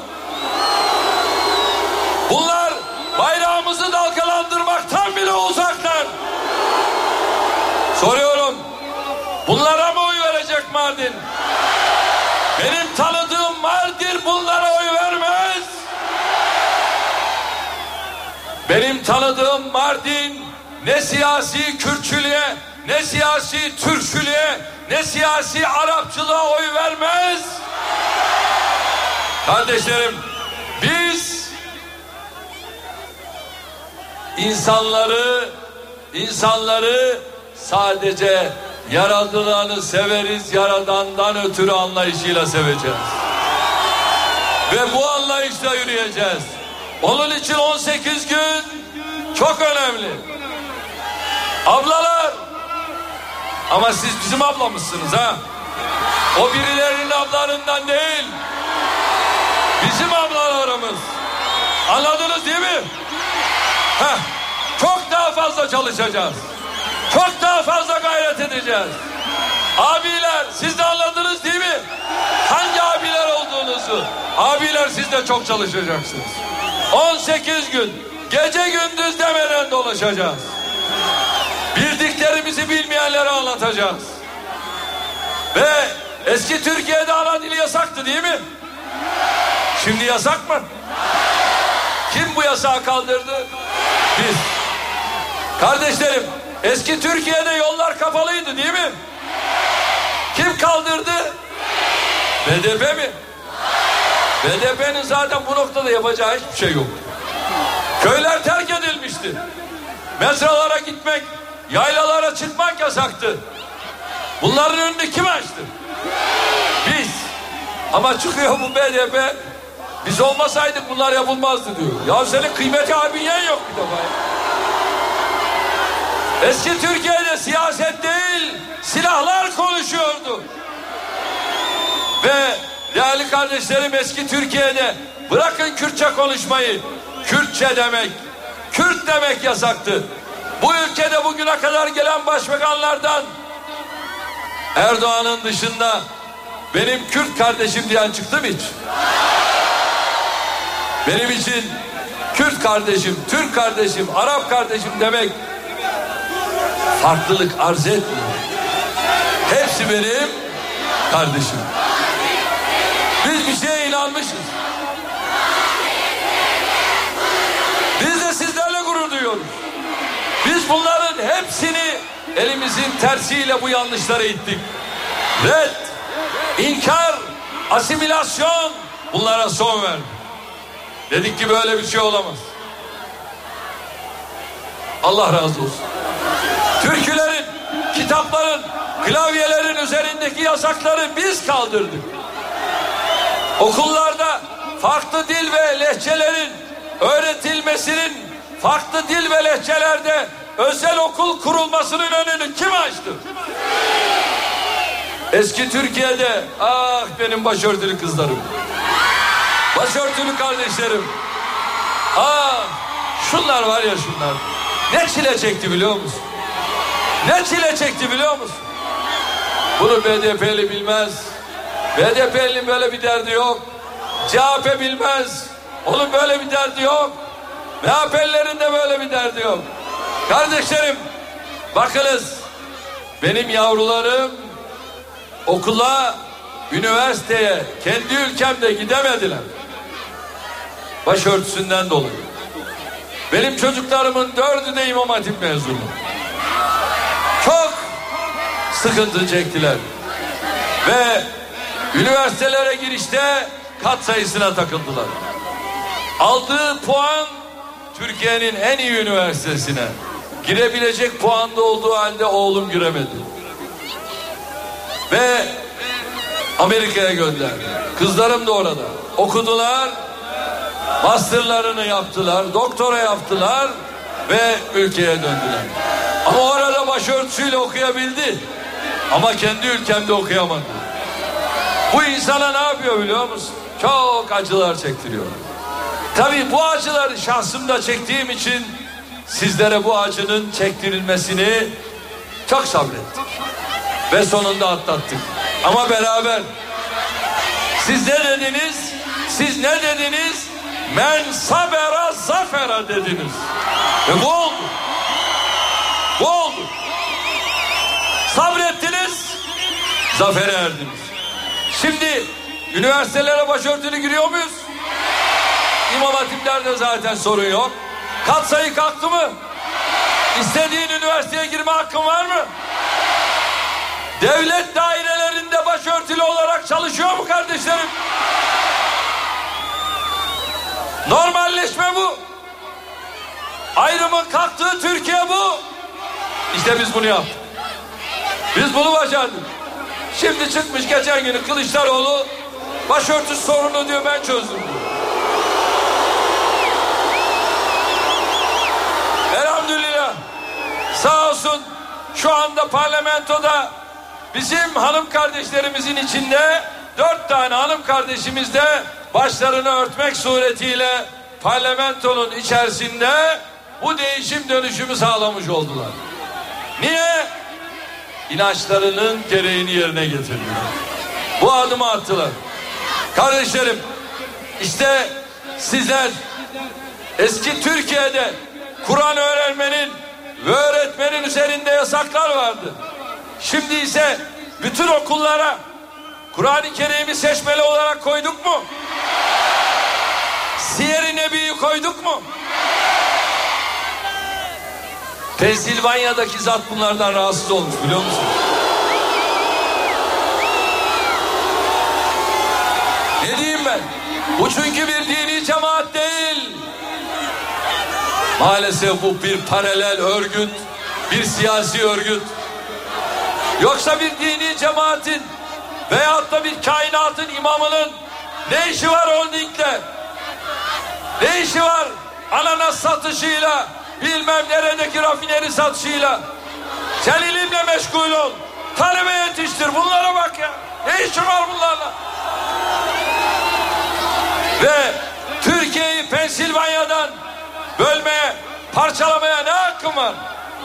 Bunlar bayrağımızı dalgalandırmaktan bile uzaklar. Soruyorum, bunlara mı oy verecek Mardin? Benim tanıdığım Mardin bunlara oy vermez. Benim tanıdığım Mardin ne siyasi Kürtçülüğe, ne siyasi Türkçülüğe, ne siyasi Arapçılığa oy vermez. Kardeşlerim, biz insanları insanları sadece yaratılanı severiz, yaradandan ötürü anlayışıyla seveceğiz. Ve bu anlayışla yürüyeceğiz. Onun için on sekiz gün çok önemli. Ablalar, ama siz bizim ablamızsınız ha. O birilerinin ablarından değil. Bizim ablalarımız. Anladınız değil mi? Heh, çok daha fazla çalışacağız. Çok daha fazla gayret edeceğiz. Abiler, siz de anladınız değil mi? Hangi abiler olduğunuzu. Abiler, siz de çok çalışacaksınız. on sekiz gün gece gündüz demeden dolaşacağız. Bildiklerimizi bilmeyenlere anlatacağız. Ve eski Türkiye'de ana dili yasaktı değil mi? Şimdi yasak mı? Kim bu yasağı kaldırdı? Biz. Kardeşlerim, eski Türkiye'de yollar kapalıydı değil mi? Kim kaldırdı? B D P mi? B D P'nin zaten bu noktada yapacağı hiçbir şey yok. Köyler terk edilmişti. Mezralara gitmek, yaylalara çıkmak yasaktı. Bunların önünü kim açtı? Biz. Ama çıkıyor bu B D P, biz olmasaydık bunlar yapılmazdı diyor. Ya senin kıymeti abinyen yok bir defa. Eski Türkiye'de siyaset değil, silahlar konuşuyordu. Ve değerli kardeşlerim, eski Türkiye'de bırakın Kürtçe konuşmayı, Kürtçe demek, Kürt demek yasaktı. Bu ülkede bugüne kadar gelen başbakanlardan Erdoğan'ın dışında benim Kürt kardeşim diyen çıktı mı hiç? Benim için Kürt kardeşim, Türk kardeşim, Arap kardeşim demek farklılık arz etmiyor. Hepsi benim kardeşim. Biz bir şeye inanmışız. Biz de sizlerle gurur duyuyoruz. Biz bunların hepsini elimizin tersiyle bu yanlışlara ittik. Red, inkar, asimilasyon, bunlara son verdik. Dedik ki böyle bir şey olamaz. Allah razı olsun. Türkülerin, kitapların, klavyelerin üzerindeki yasakları biz kaldırdık. Okullarda farklı dil ve lehçelerin öğretilmesinin, farklı dil ve lehçelerde özel okul kurulmasının önünü kim açtı? Eski Türkiye'de, ah benim başörtülü kızlarım, başörtülü kardeşlerim, ah şunlar var ya şunlar, ne çile çekti biliyor musun? Ne çile çekti biliyor musun? Bunu B D P'li bilmez. B D P'li böyle bir derdi yok. C H P bilmez. Onun böyle bir derdi yok. M H P'lilerin de böyle bir derdi yok. Kardeşlerim, bakınız, benim yavrularım okula, üniversiteye, kendi ülkemde gidemediler. Başörtüsünden dolayı. Benim çocuklarımın dördü de İmam Hatip mezunu. Çok sıkıntı çektiler. Ve üniversitelere girişte kat sayısına takıldılar. Aldığı puan Türkiye'nin en iyi üniversitesine girebilecek puanda olduğu halde oğlum giremedi. Ve Amerika'ya gönderdi. Kızlarım da orada. Okudular, masterlarını yaptılar, doktora yaptılar ve ülkeye döndüler. Ama orada başörtüsüyle okuyabildi. Ama kendi ülkemde okuyamadı. Bu insana ne yapıyor biliyor musun? Çok acılar çektiriyor. Tabii bu acıları şahsımda çektiğim için sizlere bu acının çektirilmesini çok sabrettik. Ve sonunda atlattık. Ama beraber Siz ne dediniz? Siz ne dediniz? Men sabera zafera dediniz. Ve bu oldu. Bu oldu. Sabrettiniz, zafere erdiniz. Şimdi üniversitelere başörtülü giriyor muyuz? İmam hatiplerde zaten sorun yok. Katsayı kalktı mı? İstediğin üniversiteye girme hakkın var mı? Devlet dairelerinde başörtülü olarak çalışıyor mu kardeşlerim? Normalleşme bu. Ayrımın kalktığı Türkiye bu. İşte biz bunu yaptık. Biz bunu başardık. Şimdi çıkmış geçen günü Kılıçdaroğlu başörtüsü sorunu diyor ben çözdüm diyor. Elhamdülillah. Sağ olsun şu anda parlamentoda bizim hanım kardeşlerimizin içinde dört tane hanım kardeşimiz de başlarını örtmek suretiyle parlamentonun içerisinde bu değişim dönüşümü sağlamış oldular. Niye? İnançlarının gereğini yerine getirdiler. Bu adımı attılar. Kardeşlerim, işte sizler eski Türkiye'de Kur'an öğrenmenin ve öğretmenin üzerinde yasaklar vardı. Şimdi ise bütün okullara Kur'an-ı Kerim'i seçmeli olarak koyduk mu? Siyer-i Nebi'yi koyduk mu? Pensilvanya'daki zat bunlardan rahatsız olmuş biliyor musun? Ne diyeyim ben? Bu çünkü bir dini cemaat değil. Maalesef bu bir paralel örgüt, bir siyasi örgüt. Yoksa bir dini cemaatin veyahut da bir kainatın imamının ne işi var holdingle? Ne işi var ananas satışıyla, bilmem neredeki rafineri satışıyla? Sen ilimle meşgul ol, talebe yetiştir, bunlara bak ya. Ne işi var bunlarla? Ve Türkiye'yi Pensilvanya'dan bölmeye, parçalamaya ne hakkın var?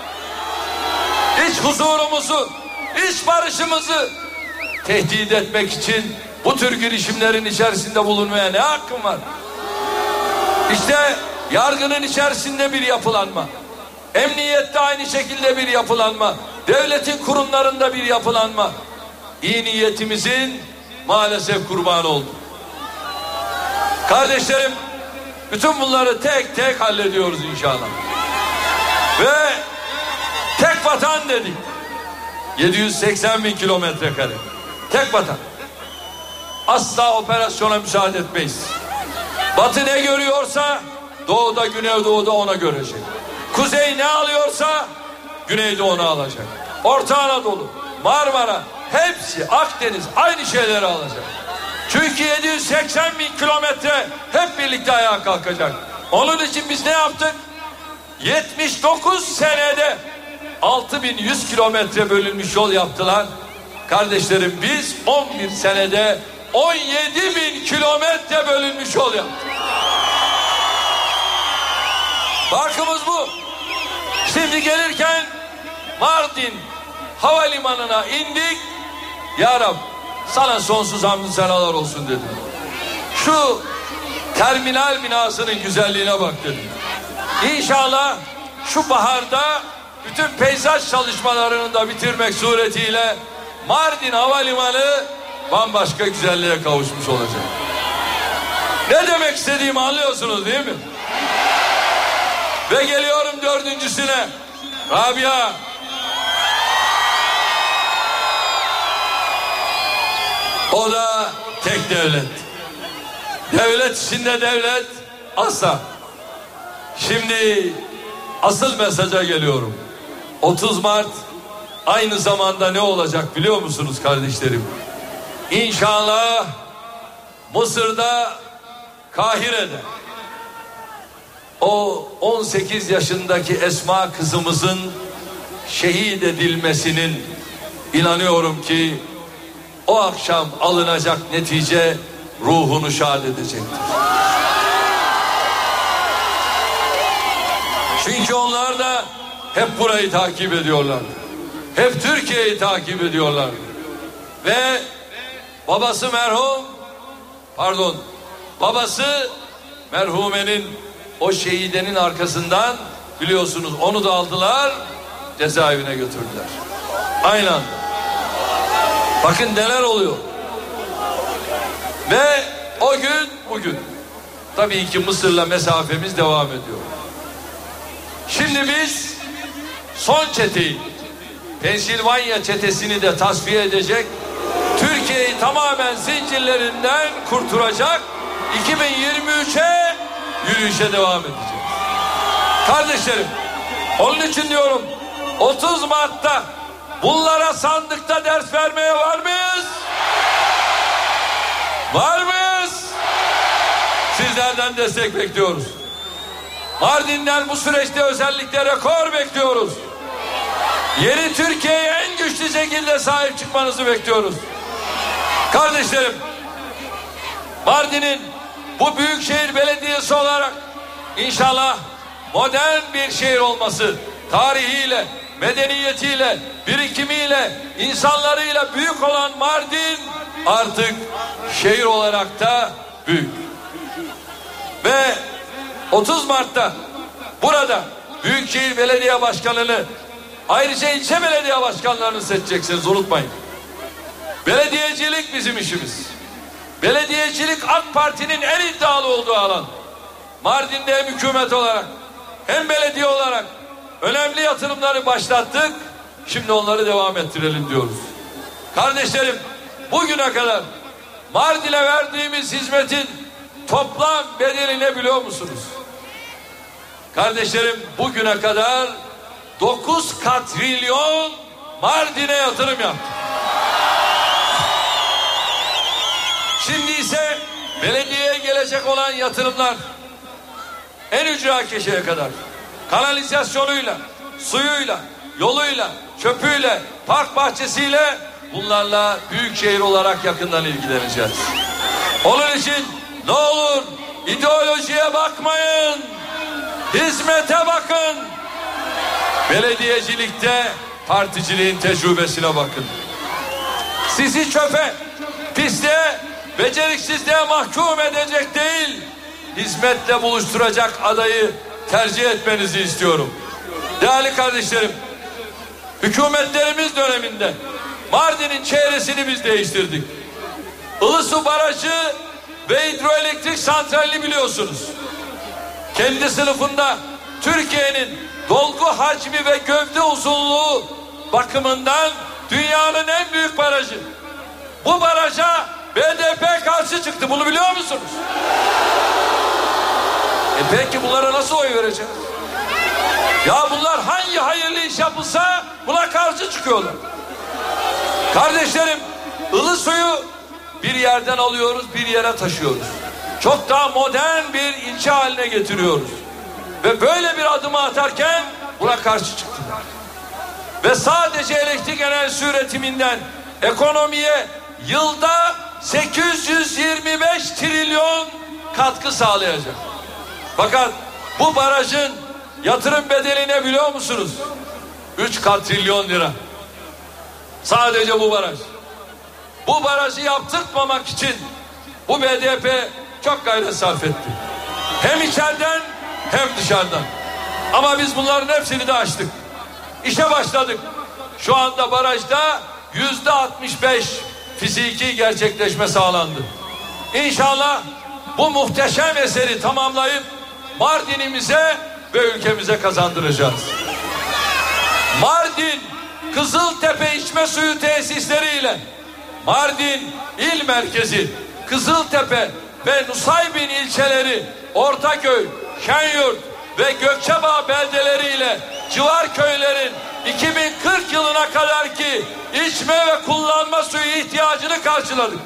İç huzurumuzu, iç barışımızı tehdit etmek için bu tür girişimlerin içerisinde bulunmaya ne hakkın var? İşte yargının içerisinde bir yapılanma, emniyette aynı şekilde bir yapılanma, devletin kurumlarında bir yapılanma. İyi niyetimizin maalesef kurbanı oldu. Kardeşlerim, bütün bunları tek tek hallediyoruz inşallah. Ve tek vatan dedik. yedi yüz seksen bin kilometre kare. Tek vatan. Asla operasyona müsaade etmeyiz. Batı ne görüyorsa doğuda, güneydoğuda ona görecek. Kuzey ne alıyorsa güneyde onu alacak. Orta Anadolu, Marmara, hepsi Akdeniz aynı şeyleri alacak. Çünkü yedi yüz seksen bin kilometre hep birlikte ayağa kalkacak. Onun için biz ne yaptık? yetmiş dokuz senede altı bin yüz kilometre bölünmüş yol yaptılar. Kardeşlerim biz on bir senede on yedi bin kilometre bölünmüş yol yaptık. Farkımız bu. Şimdi gelirken Mardin havalimanına indik. Ya Rab, sana sonsuz hamdü senalar olsun dedim. Şu terminal binasının güzelliğine bak dedim. İnşallah şu baharda bütün peyzaj çalışmalarını da bitirmek suretiyle Mardin Havalimanı bambaşka güzelliğe kavuşmuş olacak. Ne demek istediğimi anlıyorsunuz değil mi? Ve geliyorum dördüncüsüne. Rabia. O da tek devlet. Devlet içinde devlet asla. Şimdi asıl mesaja geliyorum. otuz Mart aynı zamanda ne olacak biliyor musunuz kardeşlerim? İnşallah Mısır'da, Kahire'de o on sekiz yaşındaki Esma kızımızın şehit edilmesinin inanıyorum ki o akşam alınacak netice ruhunu şad edecektir. Çünkü onlar da hep burayı takip ediyorlar. Hep Türkiye'yi takip ediyorlar. Ve babası merhum pardon babası merhumenin o şehidenin arkasından biliyorsunuz onu da aldılar, cezaevine götürdüler. Aynen. Bakın neler oluyor. Ve o gün bugün. Tabii ki Mısır'la mesafemiz devam ediyor. Şimdi biz son çeteyi, Pensilvanya çetesini de tasfiye edecek, Türkiye'yi tamamen zincirlerinden kurtaracak, iki bin yirmi üçe yürüyüşe devam edeceğiz. Kardeşlerim, onun için diyorum, otuz Mart'ta bunlara sandıkta ders vermeye var mıyız? Var mıyız? Sizlerden destek bekliyoruz. Mardin'den bu süreçte özellikle rekor bekliyoruz. Yeni Türkiye'ye en güçlü şekilde sahip çıkmanızı bekliyoruz. Kardeşlerim, Mardin'in bu büyükşehir belediyesi olarak inşallah modern bir şehir olması, tarihiyle, medeniyetiyle, birikimiyle, insanlarıyla büyük olan Mardin artık şehir olarak da büyük. Ve otuz Mart'ta burada Büyükşehir Belediye Başkanı'nı, ayrıca ilçe belediye başkanlarını seçeceksiniz, unutmayın. Belediyecilik bizim işimiz. Belediyecilik AK Parti'nin en iddialı olduğu alan. Mardin'de hem hükümet olarak hem belediye olarak önemli yatırımları başlattık. Şimdi onları devam ettirelim diyoruz. Kardeşlerim, bugüne kadar Mardin'e verdiğimiz hizmetin toplam bedeli ne biliyor musunuz? Kardeşlerim, bugüne kadar dokuz katrilyon Mardin'e yatırım yaptık. Şimdi ise belediyeye gelecek olan yatırımlar en ücra köşeye kadar kanalizasyonuyla, suyuyla, yoluyla, çöpüyle, park bahçesiyle, bunlarla büyükşehir olarak yakından ilgileneceğiz. Onun için ne olur ideolojiye bakmayın, hizmete bakın. Belediyecilikte particiliğin tecrübesine bakın. Sizi çöpe, pisliğe, beceriksizliğe mahkum edecek değil, hizmetle buluşturacak adayı tercih etmenizi istiyorum. Değerli kardeşlerim, hükümetlerimiz döneminde Mardin'in çevresini biz değiştirdik. Ilısu Barajı ve hidroelektrik santralini biliyorsunuz. Kendi sınıfında Türkiye'nin dolgu hacmi ve gövde uzunluğu bakımından dünyanın en büyük barajı. Bu baraja B D P karşı çıktı. Bunu biliyor musunuz? E peki bunlara nasıl oy vereceğiz? Ya bunlar hangi hayırlı iş yapılsa buna karşı çıkıyorlar. Kardeşlerim, Ilısu'yu bir yerden alıyoruz, bir yere taşıyoruz. Çok daha modern bir ilçe haline getiriyoruz. Ve böyle bir adımı atarken buna karşı çıktılar. Ve sadece elektrik enerjisi üretiminden ekonomiye yılda sekiz yüz yirmi beş trilyon katkı sağlayacak. Fakat bu barajın yatırım bedeli ne biliyor musunuz? üç katrilyon lira. Sadece bu baraj. Bu barajı yaptırtmamak için bu B D P çok gayret sarf etti. Hem içeriden hem dışarıdan. Ama biz bunların hepsini de aştık. İşe başladık. Şu anda barajda yüzde altmış beş fiziki gerçekleşme sağlandı. İnşallah bu muhteşem eseri tamamlayıp Mardin'imize ve ülkemize kazandıracağız. Mardin Kızıltepe içme suyu tesisleriyle Mardin il merkezi, Kızıltepe ve Nusaybin ilçeleri, Ortaköy, Şenyurt ve Gökçebağ beldeleriyle civar köylerin iki bin kırk yılına kadar ki içme ve kullanma suyu ihtiyacını karşıladık.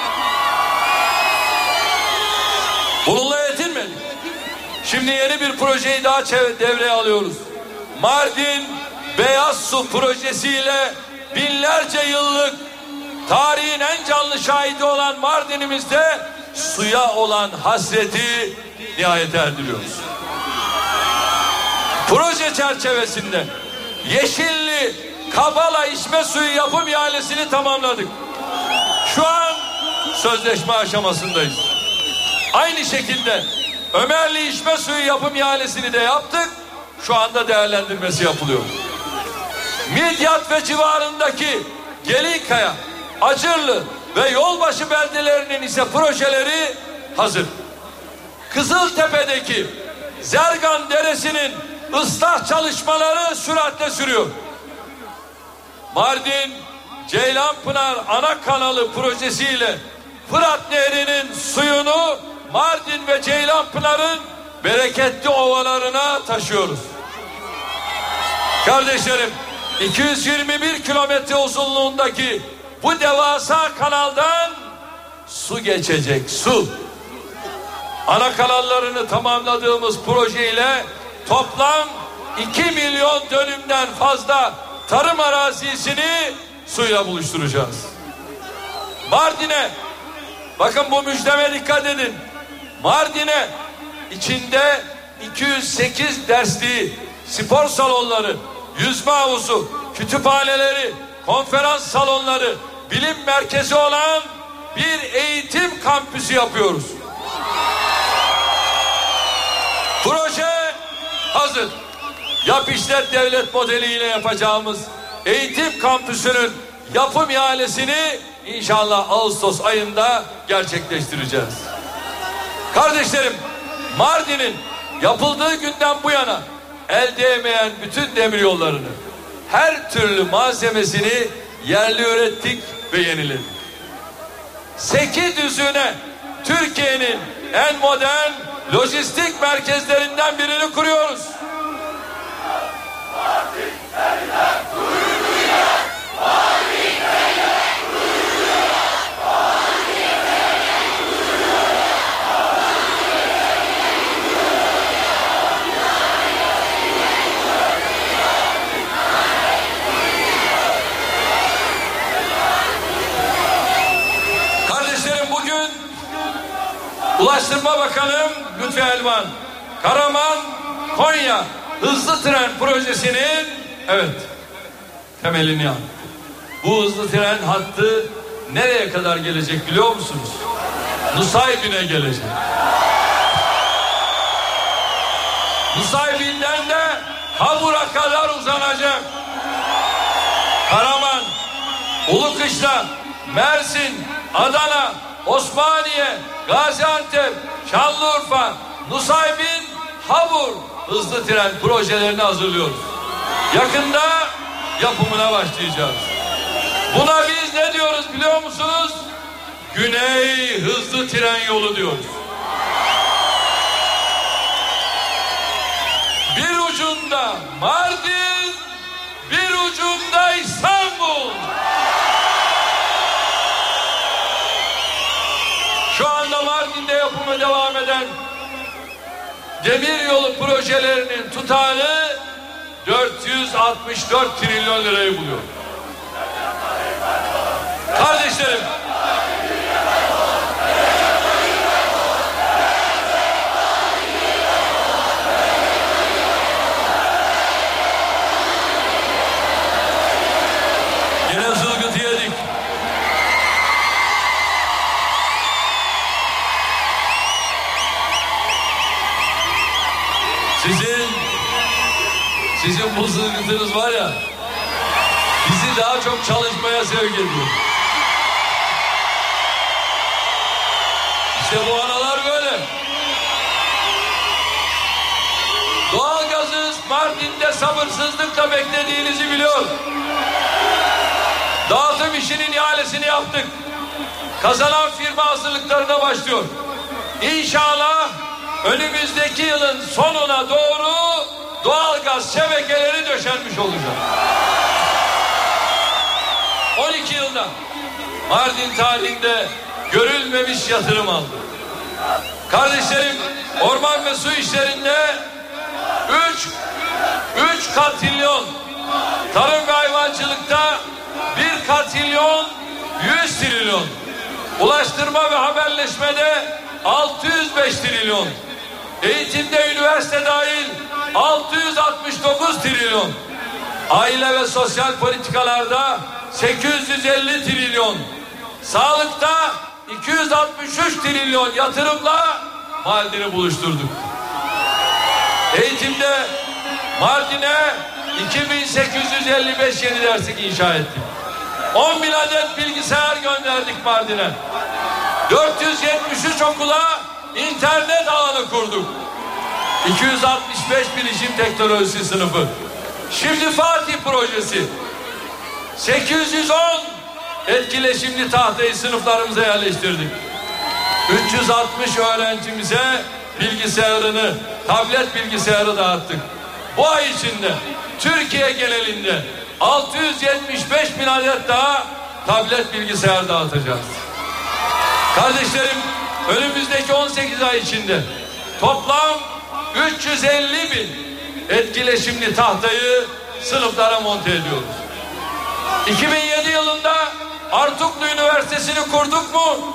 Bununla yetinmedik. Şimdi yeni bir projeyi daha devreye alıyoruz. Mardin Beyaz Su projesiyle binlerce yıllık tarihin en canlı şahidi olan Mardin'imizde suya olan hasreti nihayete erdiriyoruz. Proje çerçevesinde Yeşilli Kabala içme suyu yapım ihalesini tamamladık. Şu an sözleşme aşamasındayız. Aynı şekilde Ömerli içme suyu yapım ihalesini de yaptık. Şu anda değerlendirmesi yapılıyor. Midyat ve civarındaki Gelinkaya, Acırlı ve Yolbaşı beldelerinin ise projeleri hazır. Kızıltepe'deki Zergan Deresi'nin ıslah çalışmaları süratle sürüyor. Mardin Ceylanpınar ana kanalı projesiyle Fırat Nehri'nin suyunu Mardin ve Ceylanpınar'ın bereketli ovalarına taşıyoruz. Kardeşlerim, iki yüz yirmi bir kilometre uzunluğundaki bu devasa kanaldan su geçecek, su. Ana kanallarını tamamladığımız projeyle toplam iki milyon dönümden fazla tarım arazisini suyla buluşturacağız. Mardin'e, bakın bu müjdeme dikkat edin. Mardin'e içinde iki yüz sekiz dersliği, spor salonları, yüzme havuzu, kütüphaneleri, konferans salonları, bilim merkezi olan bir eğitim kampüsü yapıyoruz. Proje hazır. Yap işlet devlet modeliyle yapacağımız eğitim kampüsünün yapım ihalesini inşallah Ağustos ayında gerçekleştireceğiz. Kardeşlerim, Mardin'in yapıldığı günden bu yana el değmeyen bütün demiryollarını, her türlü malzemesini yerli ürettik ve yeniledik. Sekidüzü'ne Türkiye'nin en modern lojistik merkezlerinden birini kuruyoruz. Ulaştırma Bakanım Lütfi Elvan, Karaman Konya hızlı tren projesinin evet temelini attı. Bu hızlı tren hattı nereye kadar gelecek biliyor musunuz? Nusaybin'e gelecek. Nusaybin'den de Habur'a kadar uzanacak. Karaman, Ulukışla, Mersin, Adana, Osmaniye, Gaziantep, Şanlıurfa, Nusaybin, Habur hızlı tren projelerini hazırlıyoruz. Yakında yapımına başlayacağız. Buna biz ne diyoruz biliyor musunuz? Güney hızlı tren yolu diyoruz. Bir ucunda Mardin, bir ucunda İstanbul. Şu anda Mardin'de yapımı devam eden demiryolu projelerinin tutarı dört yüz altmış dört trilyon lirayı buluyor. Kardeşlerim, yine zılgıtı yedik. Sizin sizin bu zılgıtınız var ya, bizi daha çok çalışmaya sevk ediyor. İşte bu analar böyle. Doğalgazı Mardin'de sabırsızlıkla beklediğinizi biliyor. Dağıtım işinin ihalesini yaptık. Kazanan firma hazırlıklarına başlıyor. İnşallah önümüzdeki yılın sonuna doğru doğalgaz şebekeleri döşenmiş olacak. on iki yılda Mardin tarihinde görülmemiş yatırım aldı. Kardeşlerim, orman ve su işlerinde üç üç katrilyon, tarım ve hayvancılıkta bir katrilyon yüz trilyon, ulaştırma ve haberleşmede altı yüz beş trilyon, eğitimde üniversite dahil altı yüz altmış dokuz trilyon, aile ve sosyal politikalarda sekiz yüz elli trilyon, sağlıkta iki yüz altmış üç trilyon yatırımla Mardin'i buluşturduk. Eğitimde Mardin'e iki bin sekiz yüz elli beş yeni derslik inşa ettik. on bin adet bilgisayar gönderdik Mardin'e. dört yüz yetmiş üç okula internet alanı kurduk. iki yüz altmış beş bilişim teknolojisi sınıfı. Şimdi Fatih projesi. sekiz yüz on etkileşimli tahtayı sınıflarımıza yerleştirdik. üç yüz altmış öğrencimize bilgisayarını, tablet bilgisayarı dağıttık. Bu ay içinde Türkiye genelinde altı yüz yetmiş beş bin adet daha tablet bilgisayar dağıtacağız. Kardeşlerim, önümüzdeki on sekiz ay içinde toplam üç yüz elli bin etkileşimli tahtayı sınıflara monte ediyoruz. iki bin yedi yılında Artuklu Üniversitesi'ni kurduk mu?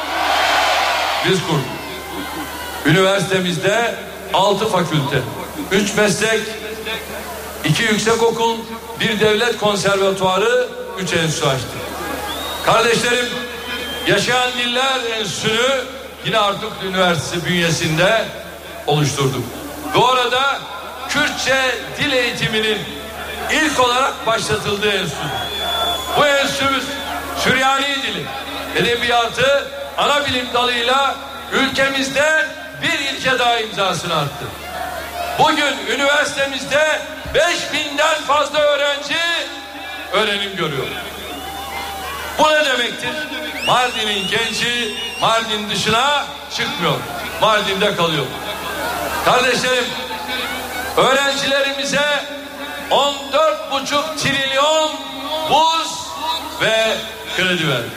Biz kurduk. Üniversitemizde altı fakülte, üç meslek, iki yüksekokul, bir devlet konservatuarı, üç enstitü açtık. Kardeşlerim, Yaşayan Diller Enstitüsü'nü yine Artuklu Üniversitesi bünyesinde oluşturduk. Bu arada Kürtçe dil eğitiminin ilk olarak başlatıldığı enstitü. Bu enstitümüz Süryani dili, edebiyatı, ana bilim dalıyla ülkemizde bir ilke daha imzasını attı. Bugün üniversitemizde beş binden fazla öğrenci öğrenim görüyor. Bu ne demektir? Mardin'in genci Mardin dışına çıkmıyor. Mardin'de kalıyor. Kardeşlerim, öğrencilerimize on dört buçuk trilyon burs ve kredi verdik.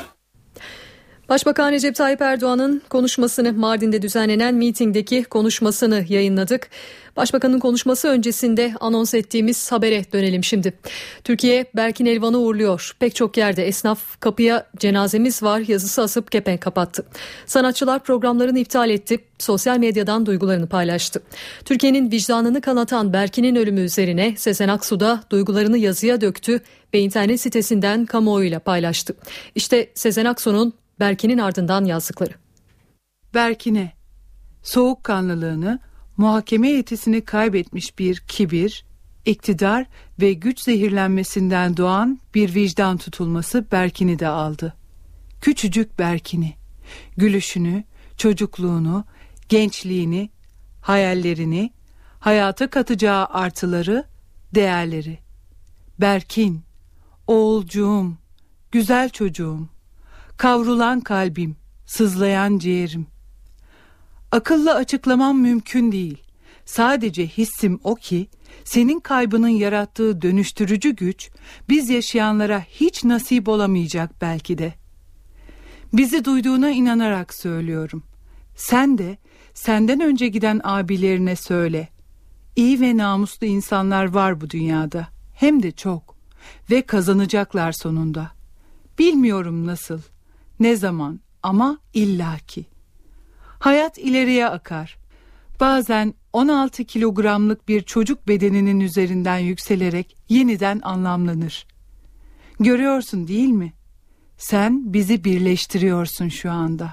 Başbakan Recep Tayyip Erdoğan'ın konuşmasını, Mardin'de düzenlenen mitingdeki konuşmasını yayınladık. Başbakanın konuşması öncesinde anons ettiğimiz habere dönelim şimdi. Türkiye Berkin Elvan'ı uğurluyor. Pek çok yerde esnaf kapıya cenazemiz var yazısı asıp kepenk kapattı. Sanatçılar programlarını iptal etti. Sosyal medyadan duygularını paylaştı. Türkiye'nin vicdanını kanatan Berkin'in ölümü üzerine Sezen Aksu da duygularını yazıya döktü ve internet sitesinden kamuoyuyla paylaştı. İşte Sezen Aksu'nun Berkin'in ardından yazdıkları. Berkin'e, soğukkanlılığını, muhakeme yetisini kaybetmiş bir kibir, iktidar ve güç zehirlenmesinden doğan bir vicdan tutulması Berkin'i de aldı. Küçücük Berkin'i, gülüşünü, çocukluğunu, gençliğini, hayallerini, hayata katacağı artıları, değerleri. Berkin, oğulcuğum, güzel çocuğum, kavrulan kalbim, sızlayan ciğerim. Akılla açıklamam mümkün değil. Sadece hissim o ki, senin kaybının yarattığı dönüştürücü güç, biz yaşayanlara hiç nasip olamayacak belki de. Bizi duyduğuna inanarak söylüyorum. Sen de, senden önce giden abilerine söyle. İyi ve namuslu insanlar var bu dünyada. Hem de çok. Ve kazanacaklar sonunda. Bilmiyorum nasıl, ne zaman ama illaki. Hayat ileriye akar. Bazen on altı kilogramlık bir çocuk bedeninin üzerinden yükselerek yeniden anlamlanır. Görüyorsun değil mi? Sen bizi birleştiriyorsun şu anda.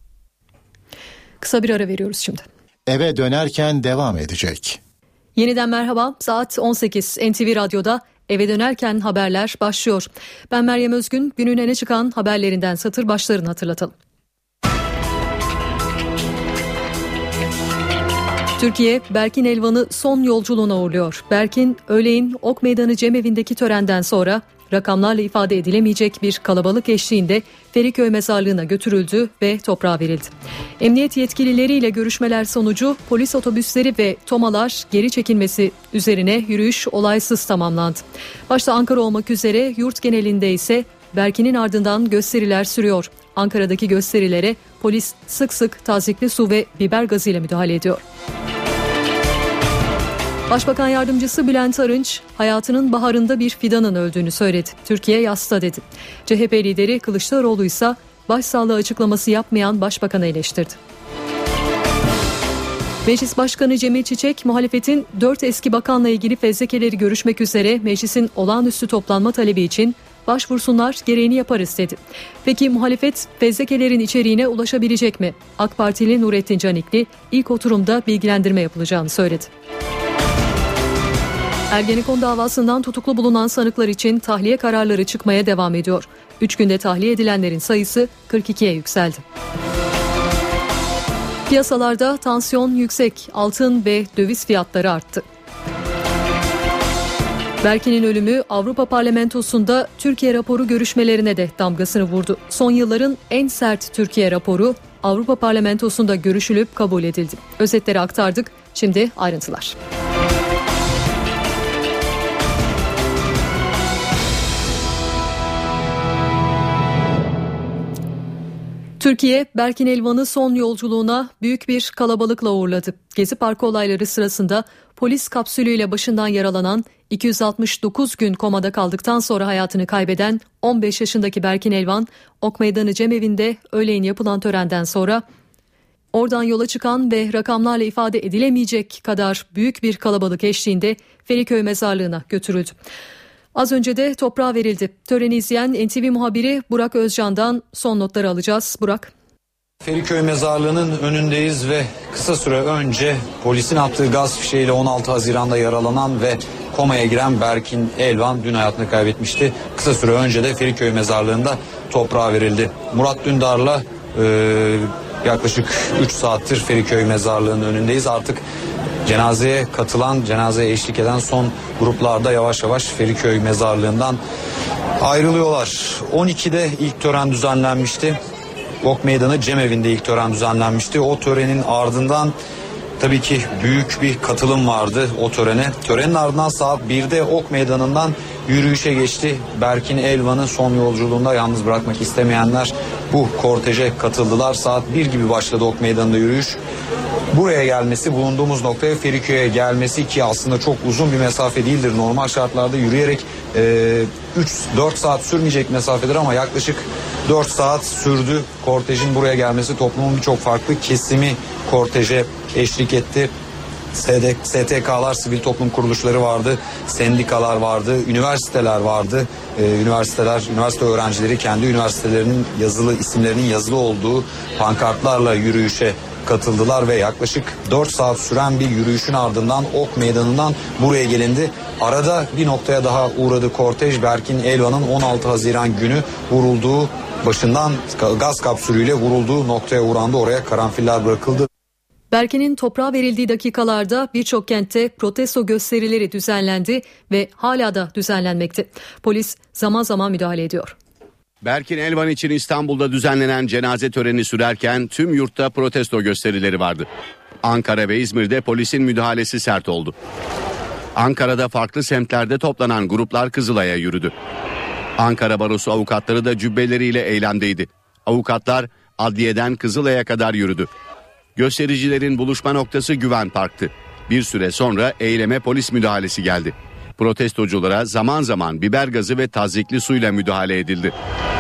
Kısa bir ara veriyoruz şimdi. Eve dönerken devam edecek. Yeniden merhaba. Saat on sekiz N T V Radyo'da Eve Dönerken haberler başlıyor. Ben Meryem Özgün. Günün öne çıkan haberlerinden satır başlarını hatırlatalım. Türkiye, Berkin Elvan'ı son yolculuğuna uğurluyor. Berkin, öğleyin Ok Meydanı Cemevi'ndeki törenden sonra rakamlarla ifade edilemeyecek bir kalabalık eşliğinde Feriköy Mezarlığı'na götürüldü ve toprağa verildi. Emniyet yetkilileriyle görüşmeler sonucu polis otobüsleri ve tomalar geri çekilmesi üzerine yürüyüş olaysız tamamlandı. Başta Ankara olmak üzere yurt genelinde ise Berkin'in ardından gösteriler sürüyor. Ankara'daki gösterilere polis sık sık tazikli su ve biber gazıyla müdahale ediyor. Başbakan Yardımcısı Bülent Arınç, hayatının baharında bir fidanın öldüğünü söyledi. Türkiye yasta dedi. C H P lideri Kılıçdaroğlu ise başsağlığı açıklaması yapmayan başbakanı eleştirdi. Meclis Başkanı Cemil Çiçek, muhalefetin dört eski bakanla ilgili fezlekeleri görüşmek üzere meclisin olağanüstü toplanma talebi için başvursunlar, gereğini yaparız dedi. Peki muhalefet fezlekelerin içeriğine ulaşabilecek mi? AK Partili Nurettin Canikli ilk oturumda bilgilendirme yapılacağını söyledi. Ergenekon davasından tutuklu bulunan sanıklar için tahliye kararları çıkmaya devam ediyor. Üç günde tahliye edilenlerin sayısı kırk ikiye yükseldi. Piyasalarda tansiyon yüksek, altın ve döviz fiyatları arttı. Berkin'in ölümü Avrupa Parlamentosu'nda Türkiye raporu görüşmelerine de damgasını vurdu. Son yılların en sert Türkiye raporu Avrupa Parlamentosu'nda görüşülüp kabul edildi. Özetleri aktardık, şimdi ayrıntılar. Türkiye, Berkin Elvan'ı son yolculuğuna büyük bir kalabalıkla uğurladı. Gezi Parkı olayları sırasında polis kapsülüyle başından yaralanan, iki yüz altmış dokuz gün komada kaldıktan sonra hayatını kaybeden on beş yaşındaki Berkin Elvan, Ok Meydanı Cemevi'nde öğleyin yapılan törenden sonra oradan yola çıkan ve rakamlarla ifade edilemeyecek kadar büyük bir kalabalık eşliğinde Feriköy Mezarlığı'na götürüldü. Az önce de toprağa verildi. Töreni izleyen N T V muhabiri Burak Özcan'dan son notları alacağız. Burak. Feriköy Mezarlığı'nın önündeyiz ve kısa süre önce polisin attığı gaz fişeğiyle on altı Haziran'da yaralanan ve komaya giren Berkin Elvan dün hayatını kaybetmişti. Kısa süre önce de Feriköy Mezarlığı'nda toprağa verildi. Murat Dündar'la e, yaklaşık üç saattir Feriköy Mezarlığı'nın önündeyiz. Artık cenazeye katılan, cenazeye eşlik eden son gruplarda yavaş yavaş Feriköy Mezarlığı'ndan ayrılıyorlar. on ikide ilk tören düzenlenmişti. Ok Meydanı Cemevi'nde ilk tören düzenlenmişti. O törenin ardından tabii ki büyük bir katılım vardı o törene. Törenin ardından saat birde Ok Meydanı'ndan yürüyüşe geçti. Berkin Elvan'ı son yolculuğunda yalnız bırakmak istemeyenler bu korteje katıldılar. Saat bir gibi başladı Ok Meydanı'nda yürüyüş. Buraya gelmesi, bulunduğumuz noktaya Feriköy'e gelmesi, ki aslında çok uzun bir mesafe değildir. Normal şartlarda yürüyerek e, üç dört saat sürmeyecek mesafedir ama yaklaşık dört saat sürdü kortejin buraya gelmesi. Toplumun birçok farklı kesimi korteje eşlik etti. S T K'lar, sivil toplum kuruluşları vardı, sendikalar vardı, üniversiteler vardı. Ee, üniversiteler, üniversite öğrencileri kendi üniversitelerinin yazılı, isimlerinin yazılı olduğu pankartlarla yürüyüşe katıldılar ve yaklaşık dört saat süren bir yürüyüşün ardından Ok Meydanı'ndan buraya gelindi. Arada bir noktaya daha uğradı kortej. Berkin Elvan'ın on altı Haziran günü vurulduğu, başından gaz kapsülüyle vurulduğu noktaya uğrandı. Oraya karanfiller bırakıldı. Berkin'in toprağa verildiği dakikalarda birçok kentte protesto gösterileri düzenlendi ve hala da düzenlenmekte. Polis zaman zaman müdahale ediyor. Berkin Elvan için İstanbul'da düzenlenen cenaze töreni sürerken tüm yurtta protesto gösterileri vardı. Ankara ve İzmir'de polisin müdahalesi sert oldu. Ankara'da farklı semtlerde toplanan gruplar Kızılay'a yürüdü. Ankara Barosu avukatları da cübbeleriyle eylemdeydi. Avukatlar adliyeden Kızılay'a kadar yürüdü. Göstericilerin buluşma noktası Güven Park'tı. Bir süre sonra eyleme polis müdahalesi geldi. Protestoculara zaman zaman biber gazı ve tazyikli suyla müdahale edildi.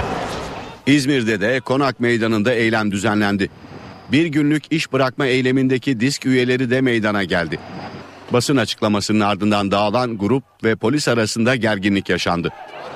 İzmir'de de Konak Meydanı'nda eylem düzenlendi. Bir günlük iş bırakma eylemindeki disk üyeleri de meydana geldi. Basın açıklamasının ardından dağılan grup ve polis arasında gerginlik yaşandı.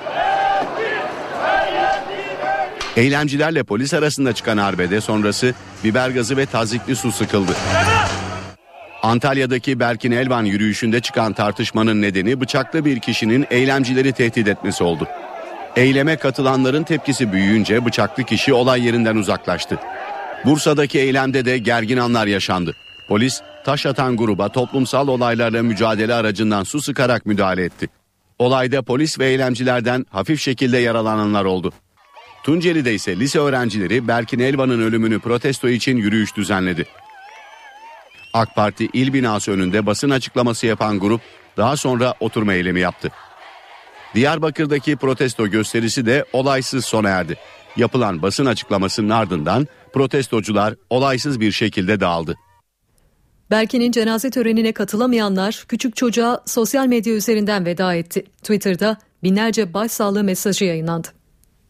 Eylemcilerle polis arasında çıkan arbede sonrası biber gazı ve tazyikli su sıkıldı. Antalya'daki Berkin Elvan yürüyüşünde çıkan tartışmanın nedeni bıçaklı bir kişinin eylemcileri tehdit etmesi oldu. Eyleme katılanların tepkisi büyüyünce bıçaklı kişi olay yerinden uzaklaştı. Bursa'daki eylemde de gergin anlar yaşandı. Polis taş atan gruba toplumsal olaylarla mücadele aracından su sıkarak müdahale etti. Olayda polis ve eylemcilerden hafif şekilde yaralananlar oldu. Tunceli'de ise lise öğrencileri Berkin Elvan'ın ölümünü protesto için yürüyüş düzenledi. AK Parti il binası önünde basın açıklaması yapan grup daha sonra oturma eylemi yaptı. Diyarbakır'daki protesto gösterisi de olaysız sona erdi. Yapılan basın açıklamasının ardından protestocular olaysız bir şekilde dağıldı. Berkin'in cenaze törenine katılamayanlar küçük çocuğa sosyal medya üzerinden veda etti. Twitter'da binlerce başsağlığı mesajı yayınlandı.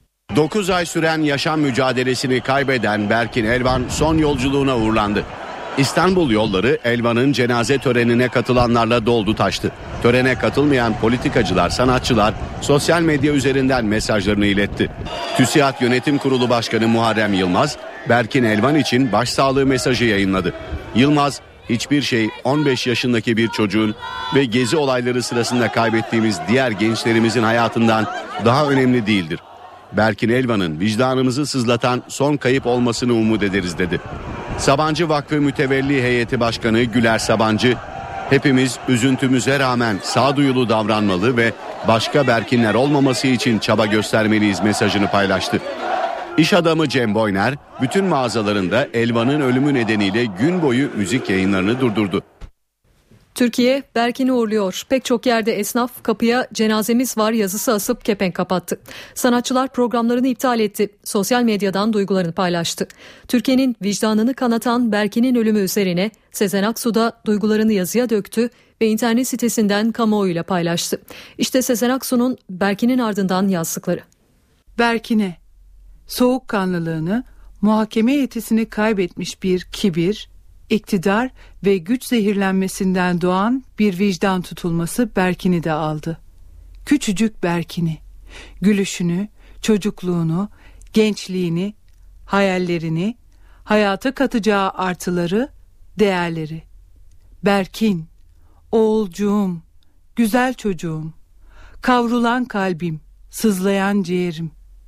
dokuz ay süren yaşam mücadelesini kaybeden Berkin Elvan son yolculuğuna uğurlandı. İstanbul yolları Elvan'ın cenaze törenine katılanlarla doldu taştı. Törene katılmayan politikacılar, sanatçılar sosyal medya üzerinden mesajlarını iletti. TÜSİAD Yönetim Kurulu Başkanı Muharrem Yılmaz, Berkin Elvan için başsağlığı mesajı yayınladı. Yılmaz, hiçbir şey on beş yaşındaki bir çocuğun ve gezi olayları sırasında kaybettiğimiz diğer gençlerimizin hayatından daha önemli değildir. Berkin Elvan'ın vicdanımızı sızlatan son kayıp olmasını umut ederiz dedi. Sabancı Vakfı Mütevelli Heyeti Başkanı Güler Sabancı, hepimiz üzüntümüze rağmen sağduyulu davranmalı ve başka Berkinler olmaması için çaba göstermeliyiz mesajını paylaştı. İş adamı Cem Boyner, bütün mağazalarında Elvan'ın ölümü nedeniyle gün boyu müzik yayınlarını durdurdu. Türkiye Berkin'i uğurluyor. Pek çok yerde esnaf kapıya cenazemiz var yazısı asıp kepenk kapattı. Sanatçılar programlarını iptal etti. Sosyal medyadan duygularını paylaştı. Türkiye'nin vicdanını kanatan Berkin'in ölümü üzerine Sezen Aksu da duygularını yazıya döktü ve internet sitesinden kamuoyuyla paylaştı. İşte Sezen Aksu'nun Berkin'in ardından yazdıkları. Berkin'e soğukkanlılığını, muhakeme yetisini kaybetmiş bir kibir, iktidar ve güç zehirlenmesinden doğan bir vicdan tutulması Berkin'i de aldı. Küçücük Berkin'i, gülüşünü, çocukluğunu, gençliğini, hayallerini, hayata katacağı artıları, değerleri. Berkin, oğulcuğum, güzel çocuğum, kavrulan kalbim, sızlayan ciğerim.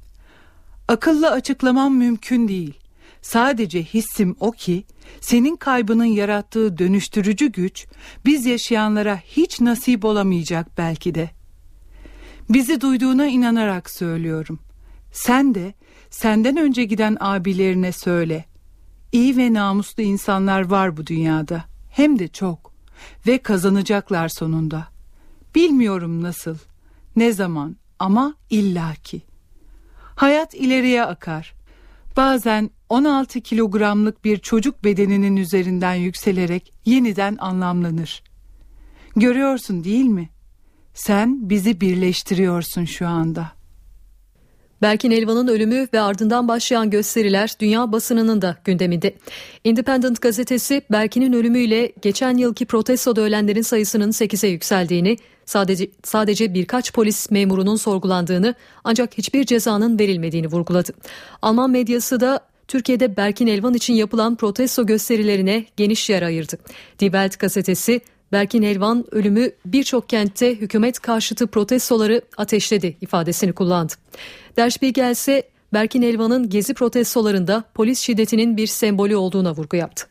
Akılla açıklamam mümkün değil. Sadece hissim o ki senin kaybının yarattığı dönüştürücü güç biz yaşayanlara hiç nasip olamayacak belki de. Bizi duyduğuna inanarak söylüyorum. Sen de senden önce giden abilerine söyle. İyi ve namuslu insanlar var bu dünyada. Hem de çok. Ve kazanacaklar sonunda. Bilmiyorum nasıl, ne zaman ama illaki. Hayat ileriye akar. Bazen on altı kilogramlık bir çocuk bedeninin üzerinden yükselerek yeniden anlamlanır. Görüyorsun değil mi? Sen bizi birleştiriyorsun şu anda. Berkin Elvan'ın ölümü ve ardından başlayan gösteriler dünya basınının da gündeminde. Independent gazetesi Berkin'in ölümüyle geçen yılki protestoda ölenlerin sayısının sekize yükseldiğini, sadece sadece birkaç polis memurunun sorgulandığını ancak hiçbir cezanın verilmediğini vurguladı. Alman medyası da Türkiye'de Berkin Elvan için yapılan protesto gösterilerine geniş yer ayırdı. Die Welt gazetesi Berkin Elvan ölümü birçok kentte hükümet karşıtı protestoları ateşledi ifadesini kullandı. Der Spiegel ise Berkin Elvan'ın gezi protestolarında polis şiddetinin bir sembolü olduğuna vurgu yaptı.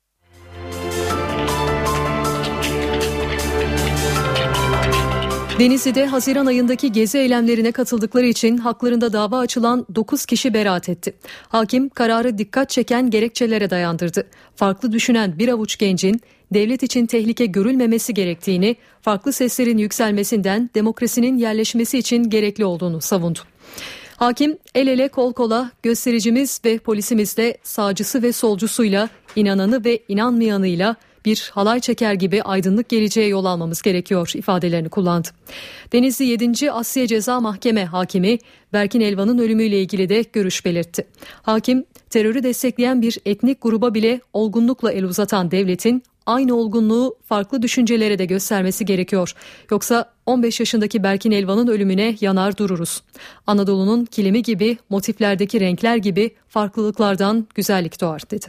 Denizli'de Haziran ayındaki gezi eylemlerine katıldıkları için haklarında dava açılan dokuz kişi beraat etti. Hakim kararı dikkat çeken gerekçelere dayandırdı. Farklı düşünen bir avuç gencin devlet için tehlike görülmemesi gerektiğini, farklı seslerin yükselmesinden demokrasinin yerleşmesi için gerekli olduğunu savundu. Hakim el ele kol kola göstericimiz ve polisimizle sağcısı ve solcusuyla, inananı ve inanmayanıyla bir halay çeker gibi aydınlık geleceğe yol almamız gerekiyor ifadelerini kullandı. Denizli yedinci Asliye Ceza Mahkeme Hakimi Berkin Elvan'ın ölümüyle ilgili de görüş belirtti. Hakim, terörü destekleyen bir etnik gruba bile olgunlukla el uzatan devletin aynı olgunluğu farklı düşüncelere de göstermesi gerekiyor. Yoksa on beş yaşındaki Berkin Elvan'ın ölümüne yanar dururuz. Anadolu'nun kilimi gibi, motiflerdeki renkler gibi farklılıklardan güzellik doğar dedi.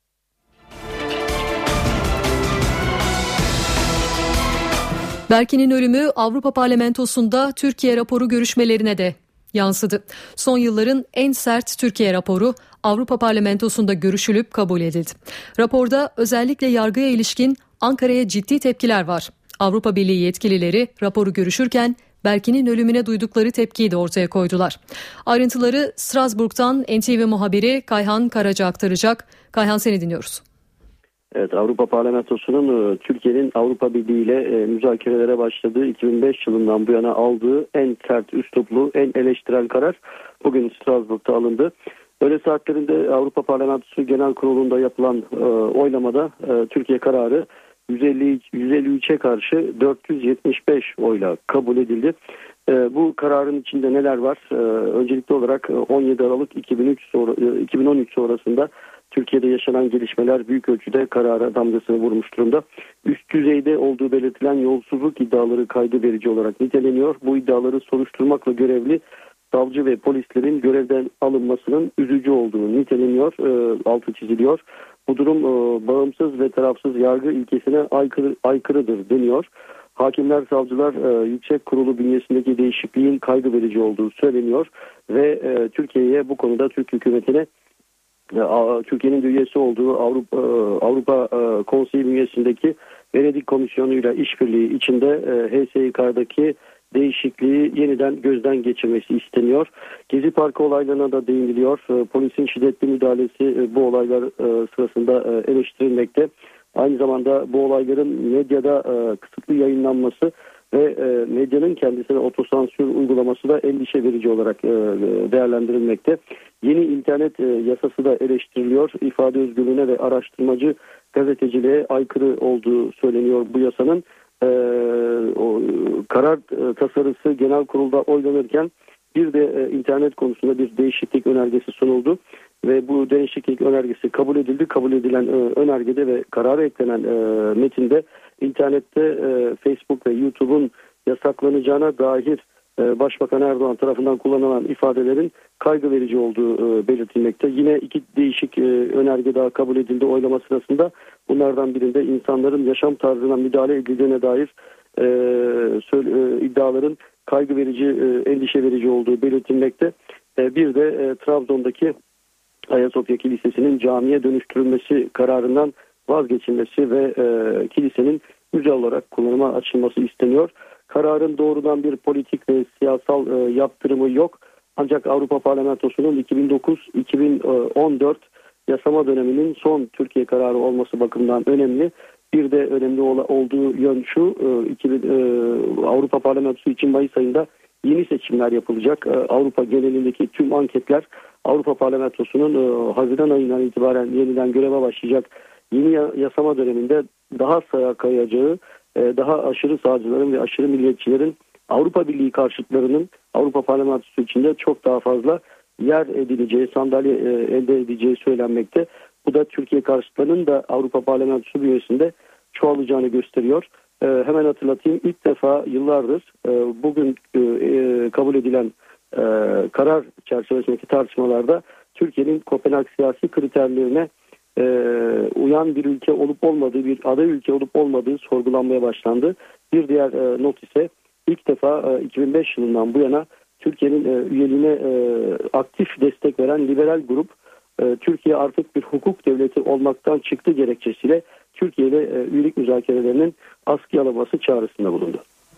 Berkin'in ölümü Avrupa Parlamentosu'nda Türkiye raporu görüşmelerine de yansıdı. Son yılların en sert Türkiye raporu Avrupa Parlamentosu'nda görüşülüp kabul edildi. Raporda özellikle yargıya ilişkin Ankara'ya ciddi tepkiler var. Avrupa Birliği yetkilileri raporu görüşürken Berkin'in ölümüne duydukları tepkiyi de ortaya koydular. Ayrıntıları Strasbourg'tan N T V muhabiri Kayhan Karaca aktaracak. Kayhan, seni dinliyoruz. Evet, Avrupa Parlamentosu'nun Türkiye'nin Avrupa Birliği ile müzakerelere başladığı iki bin beş yılından bu yana aldığı en sert üsluplu, en eleştirel karar bugün Strasbourg'ta alındı. Öğle saatlerinde Avrupa Parlamentosu Genel Kurulu'nda yapılan e, oylamada e, Türkiye kararı yüz elli, yüz elli üçe karşı dört yüz yetmiş beş oyla kabul edildi. E, bu kararın içinde neler var? E, öncelikli olarak on yedi Aralık iki bin üç sonra, iki bin on üç sonrasında Türkiye'de yaşanan gelişmeler büyük ölçüde karara damgasını vurmuş durumda. Üst düzeyde olduğu belirtilen yolsuzluk iddiaları kaydı verici olarak niteleniyor. Bu iddiaları soruşturmakla görevli savcı ve polislerin görevden alınmasının üzücü olduğunu niteleniyor, e, altı çiziliyor. Bu durum e, bağımsız ve tarafsız yargı ilkesine aykırı, aykırıdır deniyor. Hakimler, savcılar e, yüksek kurulu bünyesindeki değişikliğin kaydı verici olduğu söyleniyor ve e, Türkiye'ye bu konuda Türk hükümetine e, Türkiye'nin de üyesi olduğu Avrupa, e, Avrupa e, Konseyi bünyesindeki Venedik Komisyonu ile işbirliği içinde e, H S İK'daki değişikliği yeniden gözden geçirmesi isteniyor. Gezi Parkı olaylarına da değiniliyor. E, polisin şiddetli müdahalesi e, bu olaylar e, sırasında e, eleştirilmekte. Aynı zamanda bu olayların medyada e, kısıtlı yayınlanması ve e, medyanın kendisine otosansür uygulaması da endişe verici olarak e, değerlendirilmekte. Yeni internet e, yasası da eleştiriliyor. İfade özgürlüğüne ve araştırmacı gazeteciliğe aykırı olduğu söyleniyor bu yasanın. E, o, karar e, tasarısı genel kurulda oylanırken bir de e, internet konusunda bir değişiklik önergesi sunuldu. Ve bu değişiklik önergesi kabul edildi. Kabul edilen e, önergede ve karara eklenen e, metinde internette e, Facebook ve YouTube'un yasaklanacağına dair e, Başbakan Erdoğan tarafından kullanılan ifadelerin kaygı verici olduğu e, belirtilmekte. Yine iki değişik e, önerge daha kabul edildi oylama sırasında. Bunlardan birinde insanların yaşam tarzına müdahale edildiğine dair e, söyle, e, iddiaların kaygı verici, e, endişe verici olduğu belirtilmekte. E, bir de e, Trabzon'daki Ayasofya Kilisesi'nin camiye dönüştürülmesi kararından vazgeçilmesi ve e, kilisenin müze olarak kullanıma açılması isteniyor. Kararın doğrudan bir politik ve siyasal e, yaptırımı yok. Ancak Avrupa Parlamentosu'nun iki bin dokuz iki bin on dört yasama döneminin son Türkiye kararı olması bakımından önemli. Bir de önemli olduğu yön şu, e, iki bin, e, Avrupa Parlamentosu için Mayıs ayında yeni seçimler yapılacak. E, Avrupa genelindeki tüm anketler Avrupa Parlamentosu'nun e, Haziran ayından itibaren yeniden göreve başlayacak yeni yasama döneminde daha sağa kayacağı, e, daha aşırı sağcıların ve aşırı milliyetçilerin Avrupa Birliği karşıtlarının Avrupa Parlamentosu içinde çok daha fazla yer edileceği, sandalye e, elde edeceği söylenmekte. Bu da Türkiye karşıtlarının da Avrupa Parlamentosu bünyesinde çoğalacağını gösteriyor. E, hemen hatırlatayım, ilk defa yıllardır e, bugün e, kabul edilen e, karar çerçevesindeki tartışmalarda Türkiye'nin Kopenhag siyasi kriterlerine e, uyan bir ülke olup olmadığı, bir aday ülke olup olmadığı sorgulanmaya başlandı. Bir diğer e, not ise ilk defa e, iki bin beş yılından bu yana Türkiye'nin e, üyeliğine e, aktif destek veren liberal grup e, Türkiye artık bir hukuk devleti olmaktan çıktı gerekçesiyle Türkiye ile e, üyelik müzakerelerinin askıya alınması çağrısında bulundu.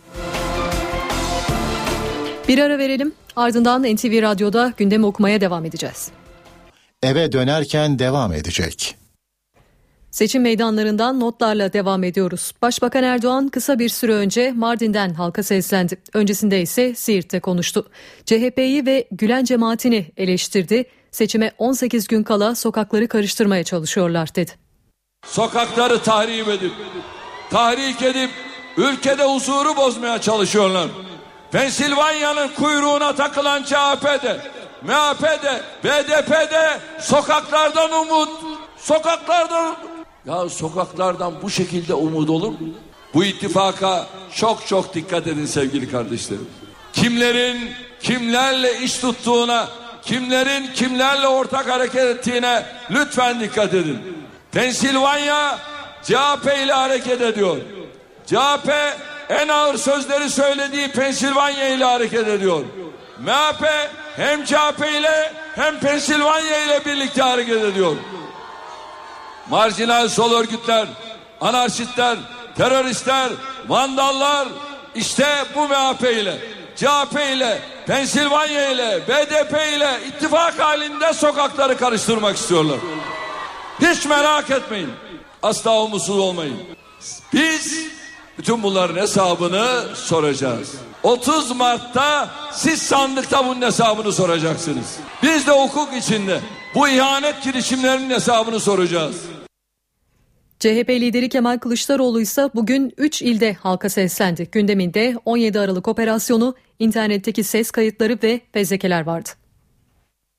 Bir ara verelim, ardından N T V Radyo'da gündemi okumaya devam edeceğiz. Eve dönerken devam edecek. Seçim meydanlarından notlarla devam ediyoruz. Başbakan Erdoğan kısa bir süre önce Mardin'den halka seslendi. Öncesinde ise Siirt'te konuştu. C H P'yi ve Gülen cemaatini eleştirdi. Seçime on sekiz gün kala sokakları karıştırmaya çalışıyorlar dedi. Sokakları tahrip edip, tahrik edip ülkede huzuru bozmaya çalışıyorlar. Pensilvanya'nın kuyruğuna takılan C H P'de, M H P'de, B D P'de sokaklardan umut, sokaklardan... Ya sokaklardan bu şekilde umut olur mu? Bu ittifaka çok çok dikkat edin sevgili kardeşlerim. Kimlerin kimlerle iş tuttuğuna, kimlerin kimlerle ortak hareket ettiğine lütfen dikkat edin. Pensilvanya C H P ile hareket ediyor. C H P en ağır sözleri söylediği Pensilvanya ile hareket ediyor. M H P hem C H P ile hem Pensilvanya ile birlikte hareket ediyor. Marjinal sol örgütler, anarşistler, teröristler, vandallar işte bu M H P ile, C H P ile, Pensilvanya ile, B D P ile ittifak halinde sokakları karıştırmak istiyorlar. Hiç merak etmeyin. Asla umutsuz olmayın. Biz bütün bunların hesabını soracağız. otuz Mart'ta siz sandıkta bunun hesabını soracaksınız. Biz de hukuk içinde bu ihanet girişimlerinin hesabını soracağız. C H P lideri Kemal Kılıçdaroğlu ise bugün üç ilde halka seslendi. Gündeminde on yedi Aralık operasyonu, internetteki ses kayıtları ve fezlekeler vardı.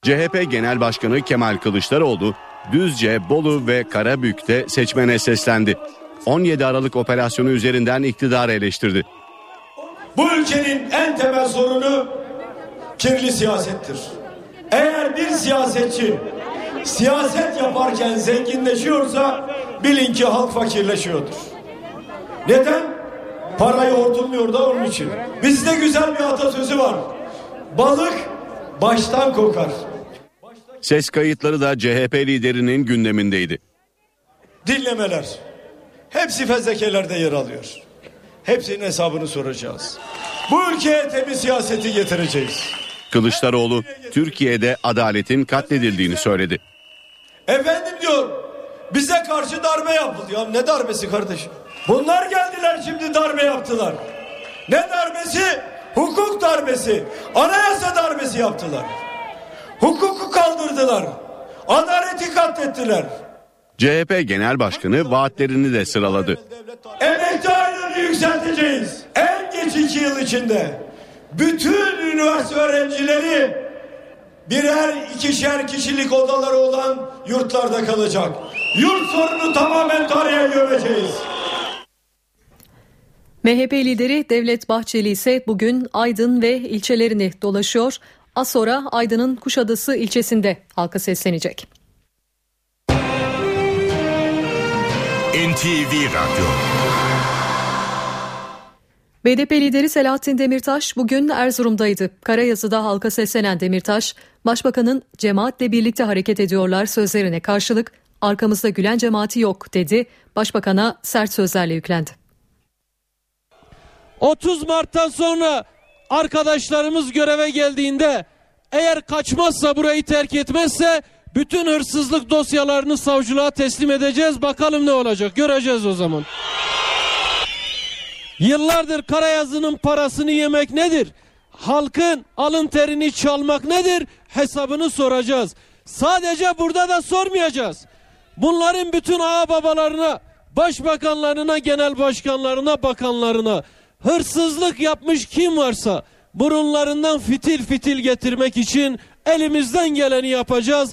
C H P Genel Başkanı Kemal Kılıçdaroğlu, Düzce, Bolu ve Karabük'te seçmene seslendi. on yedi Aralık operasyonu üzerinden iktidarı eleştirdi. Bu ülkenin en temel sorunu kirli siyasettir. Eğer bir siyasetçi siyaset yaparken zenginleşiyorsa bilin ki halk fakirleşiyordur. Neden? Parayı hortumluyor da onun için. Bizde güzel bir atasözü var. Balık baştan kokar. Ses kayıtları da C H P liderinin gündemindeydi. Dinlemeler. Hepsi fezlekelerde yer alıyor. Hepsinin hesabını soracağız. Bu ülkeye temiz siyaseti getireceğiz. Kılıçdaroğlu, Türkiye'de adaletin katledildiğini söyledi. Efendim diyor, bize karşı darbe yapıldı. Ya ne darbesi kardeşim? Bunlar geldiler şimdi darbe yaptılar. Ne darbesi? Hukuk darbesi. Anayasa darbesi yaptılar. Hukuku kaldırdılar. Adaleti katlettiler. C H P Genel Başkanı vaatlerini de sıraladı. Emekli aylığını yükselteceğiz. En geç iki yıl içinde bütün üniversite öğrencileri birer ikişer kişilik odaları olan yurtlarda kalacak. Yurt sorunu tamamen tarihe gömeceğiz. M H P lideri Devlet Bahçeli ise bugün Aydın ve ilçelerini dolaşıyor. Az sonra Aydın'ın Kuşadası ilçesinde halka seslenecek. N T V Radyo. B D P lideri Selahattin Demirtaş bugün Erzurum'daydı. Karayazı'da halka seslenen Demirtaş, Başbakanın cemaatle birlikte hareket ediyorlar sözlerine karşılık arkamızda gülen cemaati yok dedi. Başbakan'a sert sözlerle yüklendi. otuz Mart'tan sonra arkadaşlarımız göreve geldiğinde eğer kaçmazsa, burayı terk etmezse bütün hırsızlık dosyalarını savcılığa teslim edeceğiz. Bakalım ne olacak, göreceğiz o zaman. Yıllardır Karayazı'nın parasını yemek nedir? Halkın alın terini çalmak nedir? Hesabını soracağız. Sadece burada da sormayacağız. Bunların bütün ağa babalarına, başbakanlarına, genel başkanlarına, bakanlarına hırsızlık yapmış kim varsa burunlarından fitil fitil getirmek için elimizden geleni yapacağız.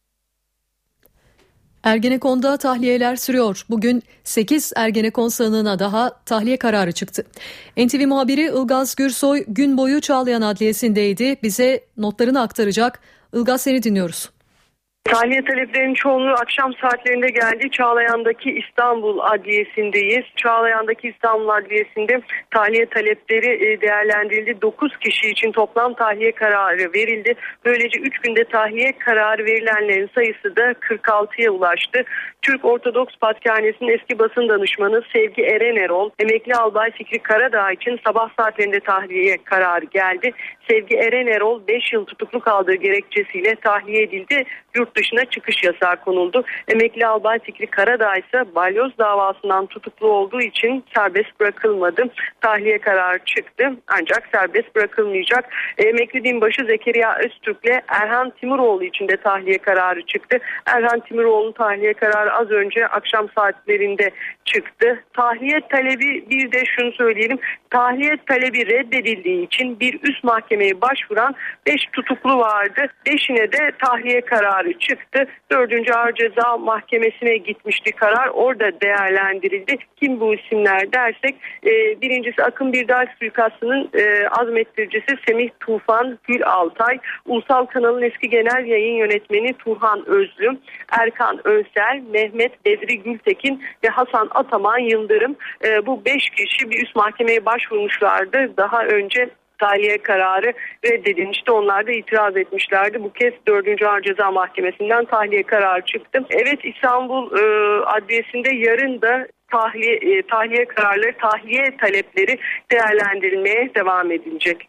Ergenekon'da tahliyeler sürüyor. Bugün sekiz Ergenekon sanığına daha tahliye kararı çıktı. N T V muhabiri Ilgaz Gürsoy gün boyu Çağlayan Adliyesi'ndeydi. Bize notlarını aktaracak. Ilgaz, seni dinliyoruz. Tahliye taleplerinin çoğunluğu akşam saatlerinde geldi. Çağlayan'daki İstanbul Adliyesi'ndeyiz. Çağlayan'daki İstanbul Adliyesi'nde tahliye talepleri değerlendirildi. dokuz kişi için toplam tahliye kararı verildi. Böylece üç günde tahliye kararı verilenlerin sayısı da kırk altıya ulaştı. Türk Ortodoks Patrikhanesi'nin eski basın danışmanı Sevgi Eren Erol, emekli albay Fikri Karadağ için sabah saatlerinde tahliye kararı geldi. Sevgi Eren Erol beş yıl tutuklu kaldığı gerekçesiyle tahliye edildi. Yurt dışına çıkış yasağı konuldu. Emekli albay Fikri Karadağ ise balyoz davasından tutuklu olduğu için serbest bırakılmadı. Tahliye kararı çıktı ancak serbest bırakılmayacak. Emekli binbaşı Zekeriya Öztürk ile Erhan Timuroğlu için de tahliye kararı çıktı. Erhan Timuroğlu'nun tahliye kararı az önce akşam saatlerinde çıktı. Tahliye talebi, bir de şunu söyleyelim. Tahliye talebi reddedildiği için bir üst mahkemeye başvuran beş tutuklu vardı. beşine de tahliye kararı çıktı. dördüncü Ağır Ceza Mahkemesi'ne gitmişti karar. Orada değerlendirildi. Kim bu isimler dersek e, birincisi Akın Birdal suikastının e, azmettiricisi Semih Tufan Gül Altay, Ulusal Kanal'ın eski genel yayın yönetmeni Turhan Özlü, Erkan Önsel, Mehmet Bedri Gültekin ve Hasan Ataman Yıldırım. E, bu beş kişi bir üst mahkemeye başvurmuşlardı. Daha önce tahliye kararı reddedilmişti. Onlar da itiraz etmişlerdi. Bu kez dördüncü Ağır Ceza Mahkemesi'nden tahliye kararı çıktı. Evet, İstanbul e, Adliyesi'nde yarın da tahliye, e, tahliye kararları, tahliye talepleri değerlendirilmeye devam edilecek.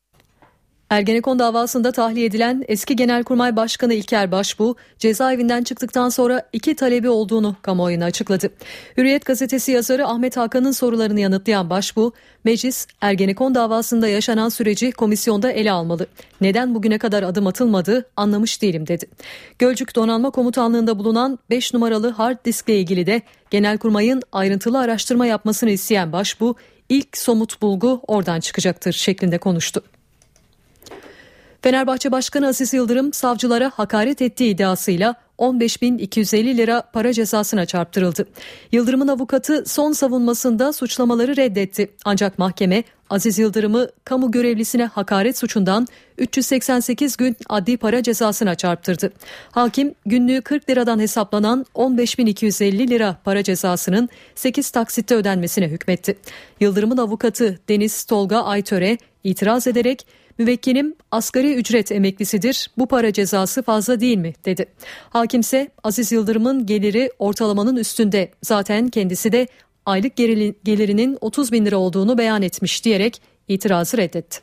Ergenekon davasında tahliye edilen eski Genelkurmay Başkanı İlker Başbuğ, cezaevinden çıktıktan sonra iki talebi olduğunu kamuoyuna açıkladı. Hürriyet gazetesi yazarı Ahmet Hakan'ın sorularını yanıtlayan Başbuğ, meclis Ergenekon davasında yaşanan süreci komisyonda ele almalı. Neden bugüne kadar adım atılmadı anlamış değilim dedi. Gölcük Donanma Komutanlığı'nda bulunan beş numaralı hard diskle ilgili de Genelkurmay'ın ayrıntılı araştırma yapmasını isteyen Başbuğ, ilk somut bulgu oradan çıkacaktır şeklinde konuştu. Fenerbahçe Başkanı Aziz Yıldırım savcılara hakaret ettiği iddiasıyla on beş bin iki yüz elli lira para cezasına çarptırıldı. Yıldırım'ın avukatı son savunmasında suçlamaları reddetti. Ancak mahkeme Aziz Yıldırım'ı kamu görevlisine hakaret suçundan üç yüz seksen sekiz gün adli para cezasına çarptırdı. Hakim günlüğü kırk liradan hesaplanan on beş bin iki yüz elli lira para cezasının sekiz taksitte ödenmesine hükmetti. Yıldırım'ın avukatı Deniz Tolga Aytör'e itiraz ederek "Müvekkilim asgari ücret emeklisidir, bu para cezası fazla değil mi?" dedi. Hakimse Aziz Yıldırım'ın geliri ortalamanın üstünde, zaten kendisi de aylık gelirinin otuz bin lira olduğunu beyan etmiş diyerek itirazı reddetti.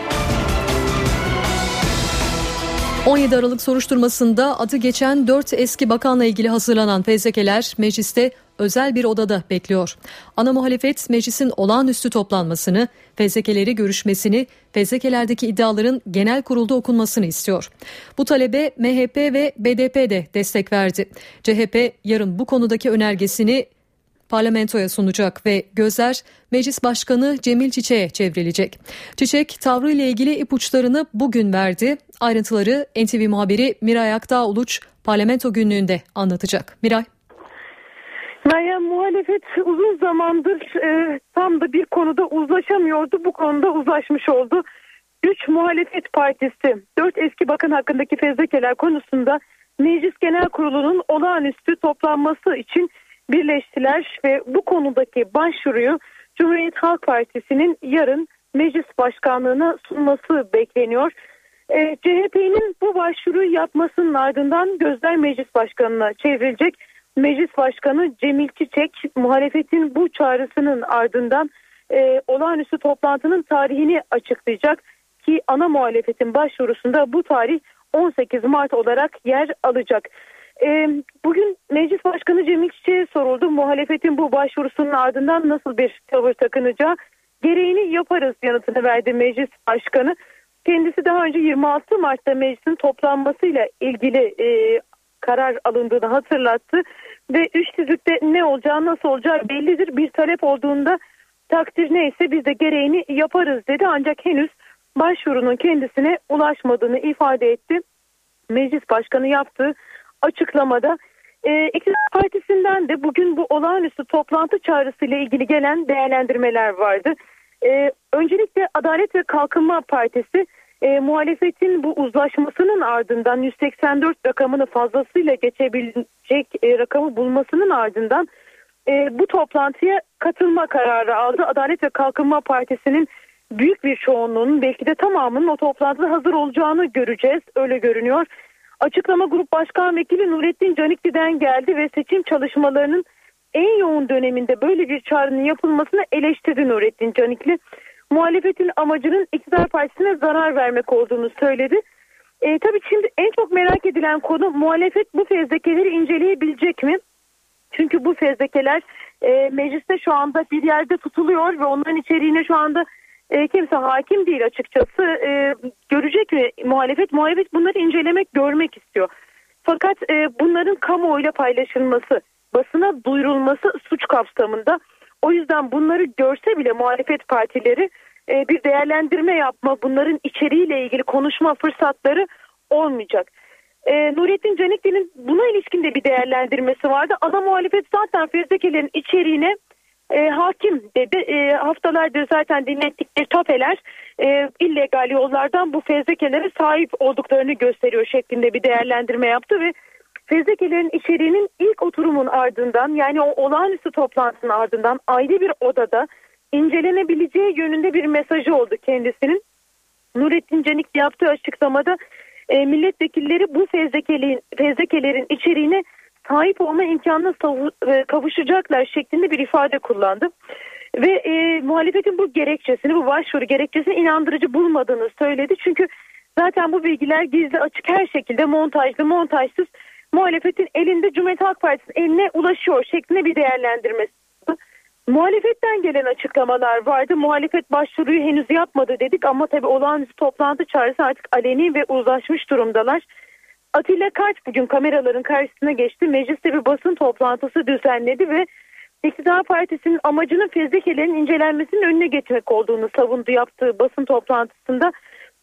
on yedi Aralık soruşturmasında adı geçen dört eski bakanla ilgili hazırlanan fezlekeler mecliste özel bir odada bekliyor. Ana muhalefet meclisin olağanüstü toplanmasını, fezlekeleri görüşmesini, fezlekelerdeki iddiaların genel kurulda okunmasını istiyor. Bu talebe M H P ve B D P de destek verdi. C H P yarın bu konudaki önergesini parlamentoya sunacak ve gözler Meclis Başkanı Cemil Çiçek'e çevrilecek. Çiçek tavrıyla ilgili ipuçlarını bugün verdi. Ayrıntıları N T V muhabiri Miray Aktağ Uluç parlamento günlüğünde anlatacak. Miray. Meryem, muhalefet uzun zamandır e, tam da bir konuda uzlaşamıyordu. Bu konuda uzlaşmış oldu. Üç muhalefet partisi dört eski bakan hakkındaki fezlekeler konusunda Meclis Genel Kurulu'nun olağanüstü toplanması için birleştiler ve bu konudaki başvuruyu Cumhuriyet Halk Partisi'nin yarın meclis başkanlığına sunması bekleniyor. E, C H P'nin bu başvuruyu yapmasının ardından gözler meclis başkanına çevrilecek. Meclis Başkanı Cemil Çiçek muhalefetin bu çağrısının ardından e, olağanüstü toplantının tarihini açıklayacak ki ana muhalefetin başvurusunda bu tarih on sekiz Mart olarak yer alacak. E, bugün Meclis Başkanı Cemil Çiçek'e soruldu. Muhalefetin bu başvurusunun ardından nasıl bir tavır takınacağı, gereğini yaparız yanıtını verdi Meclis Başkanı. Kendisi daha önce yirmi altı Mart'ta meclisin toplanmasıyla ilgili e, karar alındığını hatırlattı ve üç tüzükte ne olacağı nasıl olacağı bellidir. Bir talep olduğunda takdir neyse biz de gereğini yaparız dedi, ancak henüz başvurunun kendisine ulaşmadığını ifade etti. Meclis Başkanı yaptığı açıklamada e, İktidar Partisi'nden de bugün bu olağanüstü toplantı çağrısıyla ilgili gelen değerlendirmeler vardı. E, öncelikle Adalet ve Kalkınma Partisi E, muhalefetin bu uzlaşmasının ardından yüz seksen dört rakamını fazlasıyla geçebilecek e, rakamı bulmasının ardından e, bu toplantıya katılma kararı aldı. Adalet ve Kalkınma Partisi'nin büyük bir çoğunluğunun, belki de tamamının o toplantıda hazır olacağını göreceğiz. Öyle görünüyor. Açıklama Grup Başkan Vekili Nurettin Canikli'den geldi ve seçim çalışmalarının en yoğun döneminde böyle bir çağrının yapılmasını eleştirdi Nurettin Canikli. Muhalefetin amacının İktidar Partisi'ne zarar vermek olduğunu söyledi. E, tabii şimdi en çok merak edilen konu, muhalefet bu fezlekeleri inceleyebilecek mi? Çünkü bu fezlekeler e, mecliste şu anda bir yerde tutuluyor ve onların içeriğine şu anda e, kimse hakim değil açıkçası. E, görecek mi muhalefet? Muhalefet bunları incelemek, görmek istiyor. Fakat e, bunların kamuoyuyla paylaşılması, basına duyurulması suç kapsamında. O yüzden bunları görse bile muhalefet partileri e, bir değerlendirme yapma, bunların içeriğiyle ilgili konuşma fırsatları olmayacak. E, Nurettin Canikli'nin buna ilişkin de bir değerlendirmesi vardı. Ana muhalefet zaten fezlekelerin içeriğine e, hakim dedi. E, haftalardır zaten dinlettikleri tapeler e, illegal yollardan bu fezlekelere sahip olduklarını gösteriyor şeklinde bir değerlendirme yaptı ve fezlekelerin içeriğinin ilk oturumun ardından, yani o olağanüstü toplantının ardından ayrı bir odada incelenebileceği yönünde bir mesajı oldu kendisinin. Nurettin Canikli yaptığı açıklamada e, milletvekilleri bu fezlekelerin, fezlekelerin içeriğine sahip olma imkanına savu, e, kavuşacaklar şeklinde bir ifade kullandı. Ve e, muhalefetin bu gerekçesini, bu başvuru gerekçesini inandırıcı bulmadığını söyledi. Çünkü zaten bu bilgiler gizli, açık, her şekilde montajlı, montajsız muhalefetin elinde, Cumhuriyet Halk Partisi'nin eline ulaşıyor şeklinde bir değerlendirmesi. Muhalefetten gelen açıklamalar vardı. Muhalefet başvuruyu henüz yapmadı dedik ama tabii olağanüstü toplantı çağrısı artık aleni ve uzlaşmış durumdalar. Atilla Kart bugün kameraların karşısına geçti. Mecliste bir basın toplantısı düzenledi ve İktidar Partisi'nin amacının fezlekelerin incelenmesinin önüne geçmek olduğunu savundu yaptığı basın toplantısında.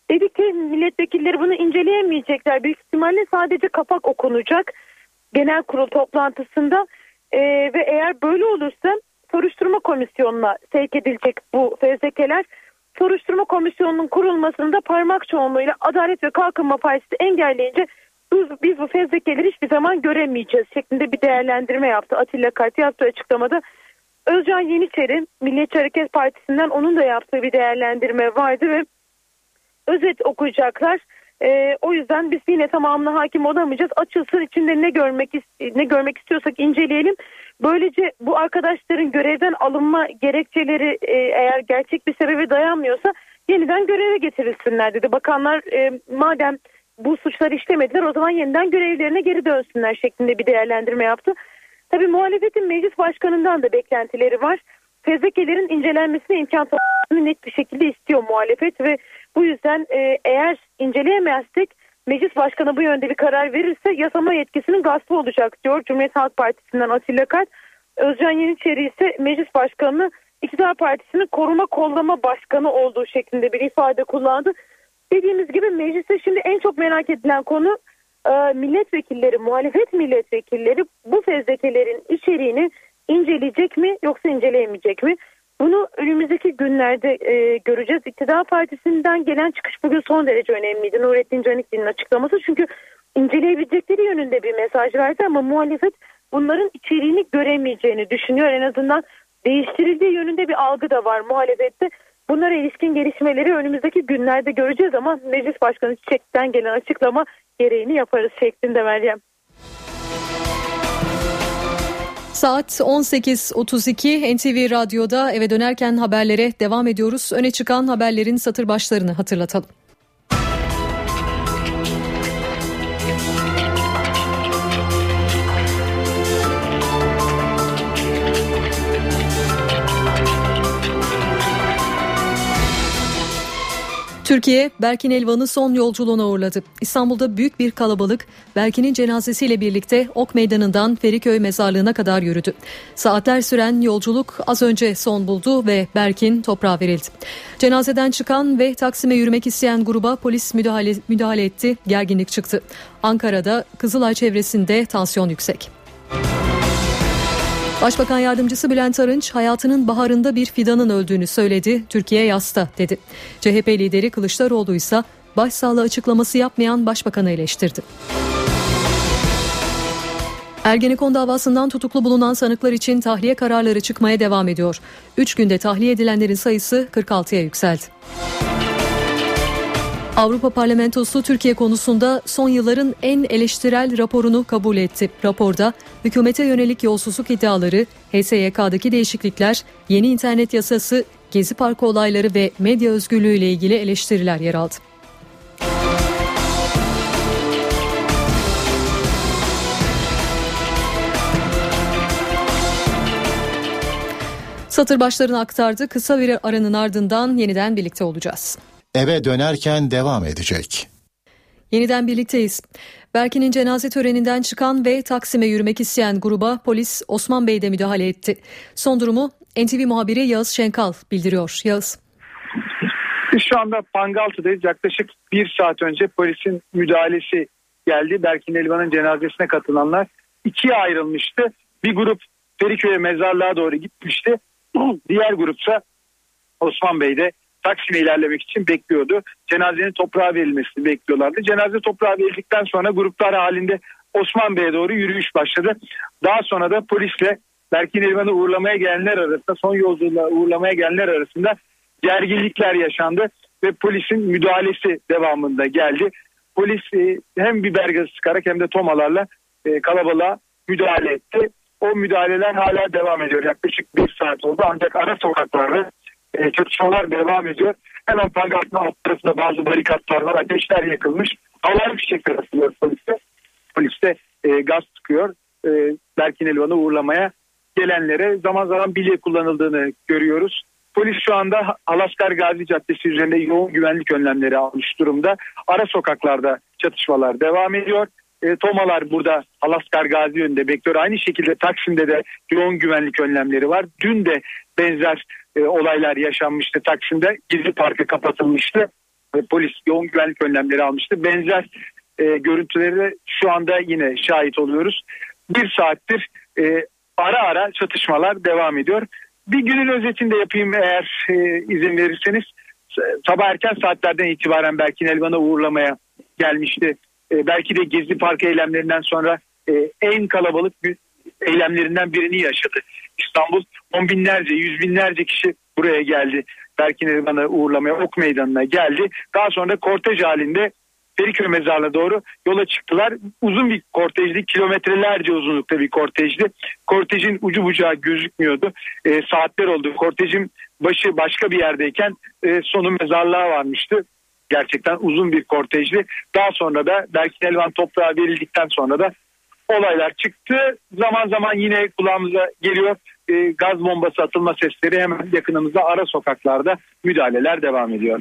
Dedi ki milletvekilleri bunu inceleyemeyecekler. Büyük ihtimalle sadece kapak okunacak genel kurul toplantısında ee, ve eğer böyle olursa soruşturma komisyonuna sevk edilecek bu fezlekeler. Soruşturma komisyonunun kurulmasında parmak çoğunluğuyla Adalet ve Kalkınma Partisi engelleyince biz, biz bu fezlekeleri hiçbir zaman göremeyeceğiz şeklinde bir değerlendirme yaptı. Atilla Kart yaptığı açıklamada. Özcan Yeniçeri, Milliyetçi Hareket Partisi'nden onun da yaptığı bir değerlendirme vardı ve özet okuyacaklar. Ee, o yüzden biz yine tamamına hakim olamayacağız. Açılsın, içinde ne görmek ne görmek istiyorsak inceleyelim. Böylece bu arkadaşların görevden alınma gerekçeleri e, eğer gerçek bir sebebe dayanmıyorsa yeniden göreve getirilsinler dedi. Bakanlar e, madem bu suçları işlemediler o zaman yeniden görevlerine geri dönsünler şeklinde bir değerlendirme yaptı. Tabii muhalefetin meclis başkanından da beklentileri var. Fezlekelerin incelenmesine imkan tanımasını net bir şekilde istiyor muhalefet ve bu yüzden e, eğer inceleyemezsek meclis başkanı bu yönde bir karar verirse yasama yetkisinin gaspı olacak diyor Cumhuriyet Halk Partisi'nden Atilla Kart. Özcan Yeniçeri ise meclis başkanını İktidar Partisi'nin koruma kollama başkanı olduğu şeklinde bir ifade kullandı. Dediğimiz gibi mecliste şimdi en çok merak edilen konu e, milletvekilleri, muhalefet milletvekilleri bu fezlekelerin içeriğini inceleyecek mi yoksa inceleyemeyecek mi? Bunu önümüzdeki günlerde e, göreceğiz. İktidar Partisi'nden gelen çıkış bugün son derece önemliydi. Nurettin Canikli'nin açıklaması. Çünkü inceleyebilecekleri yönünde bir mesaj verdi ama muhalefet bunların içeriğini göremeyeceğini düşünüyor. En azından değiştirildiği yönünde bir algı da var muhalefette. Bunlara ilişkin gelişmeleri önümüzdeki günlerde göreceğiz ama Meclis Başkanı Çiçek'ten gelen açıklama gereğini yaparız şeklinde Meryem. Saat on sekiz otuz iki N T V Radyo'da eve dönerken haberlere devam ediyoruz. Öne çıkan haberlerin satır başlarını hatırlatalım. Türkiye, Berkin Elvan'ı son yolculuğuna uğurladı. İstanbul'da büyük bir kalabalık Berkin'in cenazesiyle birlikte Ok Meydanı'ndan Feriköy Mezarlığı'na kadar yürüdü. Saatler süren yolculuk az önce son buldu ve Berkin toprağa verildi. Cenazeden çıkan ve Taksim'e yürümek isteyen gruba polis müdahale, müdahale etti, gerginlik çıktı. Ankara'da Kızılay çevresinde tansiyon yüksek. Başbakan Yardımcısı Bülent Arınç hayatının baharında bir fidanın öldüğünü söyledi. Türkiye yasta dedi. C H P lideri Kılıçdaroğlu ise başsağlığı açıklaması yapmayan başbakanı eleştirdi. Ergenekon davasından tutuklu bulunan sanıklar için tahliye kararları çıkmaya devam ediyor. Üç günde tahliye edilenlerin sayısı kırk altıya yükseldi. Avrupa Parlamentosu Türkiye konusunda son yılların en eleştirel raporunu kabul etti. Raporda hükümete yönelik yolsuzluk iddiaları, H S Y K'daki değişiklikler, yeni internet yasası, Gezi Parkı olayları ve medya özgürlüğü ile ilgili eleştiriler yer aldı. Satır başlarını aktardı. Kısa bir aranın ardından yeniden birlikte olacağız. Eve dönerken devam edecek. Yeniden birlikteyiz. Berkin'in cenaze töreninden çıkan ve Taksim'e yürümek isteyen gruba polis Osman Bey'de müdahale etti. Son durumu N T V muhabiri Yağız Şenkal bildiriyor. Yağız. Biz şu anda Pangaltı'dayız. Yaklaşık bir saat önce polisin müdahalesi geldi. Berkin Elvan'ın cenazesine katılanlar ikiye ayrılmıştı. Bir grup Feriköy'e mezarlığa doğru gitmişti. Diğer grupsa Osman Bey'de Taksim'e ilerlemek için bekliyordu. Cenazenin toprağa verilmesini bekliyorlardı. Cenaze toprağa verildikten sonra gruplar halinde Osman Bey'e doğru yürüyüş başladı. Daha sonra da polisle Berkin Elvan'ı uğurlamaya gelenler arasında, son yolculuğa uğurlamaya gelenler arasında gerginlikler yaşandı ve polisin müdahalesi devamında geldi. Polis hem biber gazı sıkarak hem de tomalarla kalabalığa müdahale etti. O müdahaleler hala devam ediyor. Yaklaşık bir saat oldu ancak ara sokaklarda E, çatışmalar devam ediyor. Hemen Pangaltı'nın alt tarafında bazı barikatlar var. Ateşler yakılmış. Havai fişekler atılıyor poliste. Poliste e, gaz sıkıyor. E, Berkin Elvan'ı uğurlamaya gelenlere zaman zaman bilye kullanıldığını görüyoruz. Polis şu anda Alaskar Gazi Caddesi üzerinde yoğun güvenlik önlemleri almış durumda. Ara sokaklarda çatışmalar devam ediyor. E, Tomalar burada Alaskar Gazi yönünde bekliyor. Aynı şekilde Taksim'de de yoğun güvenlik önlemleri var. Dün de benzer e, olaylar yaşanmıştı Taksim'de. Gezi Parkı kapatılmıştı. ve polis yoğun güvenlik önlemleri almıştı. Benzer e, görüntüleri de şu anda yine şahit oluyoruz. Bir saattir e, ara ara çatışmalar devam ediyor. Bir günün özetini de yapayım eğer e, izin verirseniz. Sabah erken saatlerden itibaren Berkin Elvan'ı uğurlamaya gelmişti. E, belki de Gezi Parkı eylemlerinden sonra e, en kalabalık eylemlerinden birini yaşadı. İstanbul on binlerce, yüz binlerce kişi buraya geldi. Berkin Elvan'ı uğurlamaya Ok Meydanı'na geldi. Daha sonra kortej halinde Feriköy Mezarlığı'na doğru yola çıktılar. Uzun bir kortejdi, kilometrelerce uzunlukta bir kortejdi. Kortejin ucu bucağı gözükmüyordu. E, saatler oldu. Kortejin başı başka bir yerdeyken e, sonu mezarlığa varmıştı. Gerçekten uzun bir kortejdi. Daha sonra da Berkin Elvan toprağa verildikten sonra da olaylar çıktı. Zaman zaman yine kulağımıza geliyor e, gaz bombası atılma sesleri, hemen yakınımızda ara sokaklarda müdahaleler devam ediyor.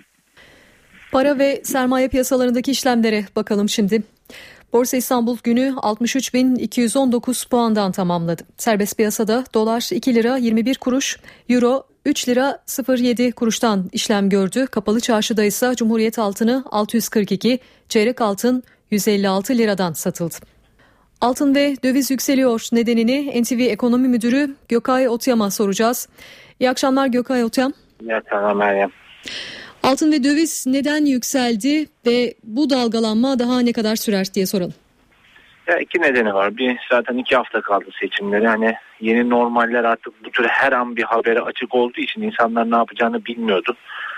Para ve sermaye piyasalarındaki işlemlere bakalım şimdi. Borsa İstanbul günü altmış üç bin iki yüz on dokuz puandan tamamladı. Serbest piyasada dolar iki lira yirmi bir kuruş, euro üç lira sıfır yedi kuruştan işlem gördü. Kapalı çarşıda ise Cumhuriyet altını altı yüz kırk iki, çeyrek altın yüz elli altı liradan satıldı. Altın ve döviz yükseliyor. Nedenini N T V Ekonomi Müdürü Gökay Otyam'a soracağız. İyi akşamlar Gökay Otyam. İyi akşamlar Meryem. Altın ve döviz neden yükseldi ve bu dalgalanma daha ne kadar sürer diye soralım. Ya iki nedeni var. Bir, zaten iki hafta kaldı seçimleri. Hani yeni normaller artık bu tür her an bir habere açık olduğu için insanlar ne yapacağını bilmiyordu.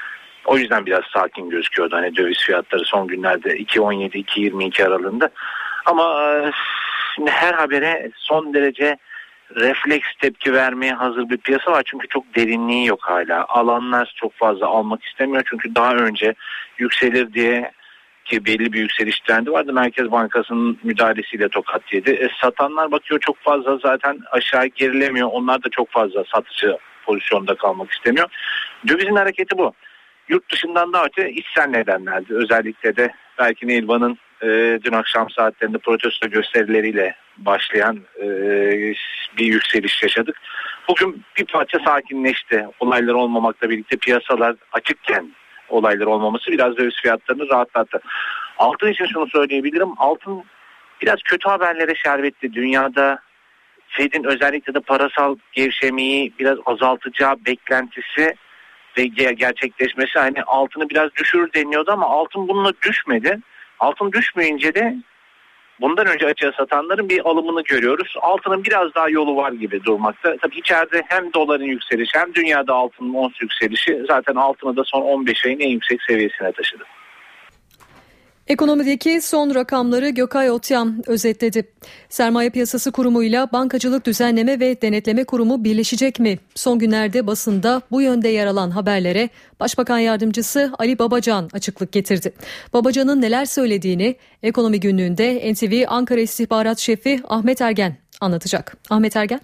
O yüzden biraz sakin gözüküyordu. Hani döviz fiyatları son günlerde iki on yedi iki yirmi iki aralığında. Ama şimdi her habere son derece refleks tepki vermeye hazır bir piyasa var. Çünkü çok derinliği yok hala. Alanlar çok fazla almak istemiyor. Çünkü daha önce yükselir diye ki belli bir yükseliş trendi vardı. Merkez Bankası'nın müdahalesiyle tokat yedi. E, satanlar bakıyor çok fazla zaten aşağı gerilemiyor. Onlar da çok fazla satıcı pozisyonda kalmak istemiyor. Dövizin hareketi bu. Yurt dışından da öte içsel nedenlerdi. Özellikle de Berkin Elvan'ın e, dün akşam saatlerinde protesto gösterileriyle başlayan e, bir yükseliş yaşadık. Bugün bir parça sakinleşti. Olaylar olmamakla birlikte piyasalar açıkken olaylar olmaması biraz döviz fiyatlarını rahatlattı. Altın için şunu söyleyebilirim. Altın biraz kötü haberlere şerbetti. Dünyada Fed'in özellikle de parasal gevşemeyi biraz azaltacağı beklentisi ve gerçekleşmesi hani altını biraz düşürür deniyordu ama altın bununla düşmedi. Altın düşmeyince de bundan önce açığa satanların bir alımını görüyoruz. Altının biraz daha yolu var gibi durmakta. Tabii içeride hem doların yükselişi hem dünyada altının ons yükselişi zaten altını da son on beş ayın en yüksek seviyesine taşıdı. Ekonomideki son rakamları Gökay Otyam özetledi. Sermaye Piyasası Kurumu'yla Bankacılık Düzenleme ve Denetleme Kurumu birleşecek mi? Son günlerde basında bu yönde yer alan haberlere Başbakan Yardımcısı Ali Babacan açıklık getirdi. Babacan'ın neler söylediğini Ekonomi Günlüğü'nde N T V Ankara İstihbarat Şefi Ahmet Ergen anlatacak. Ahmet Ergen.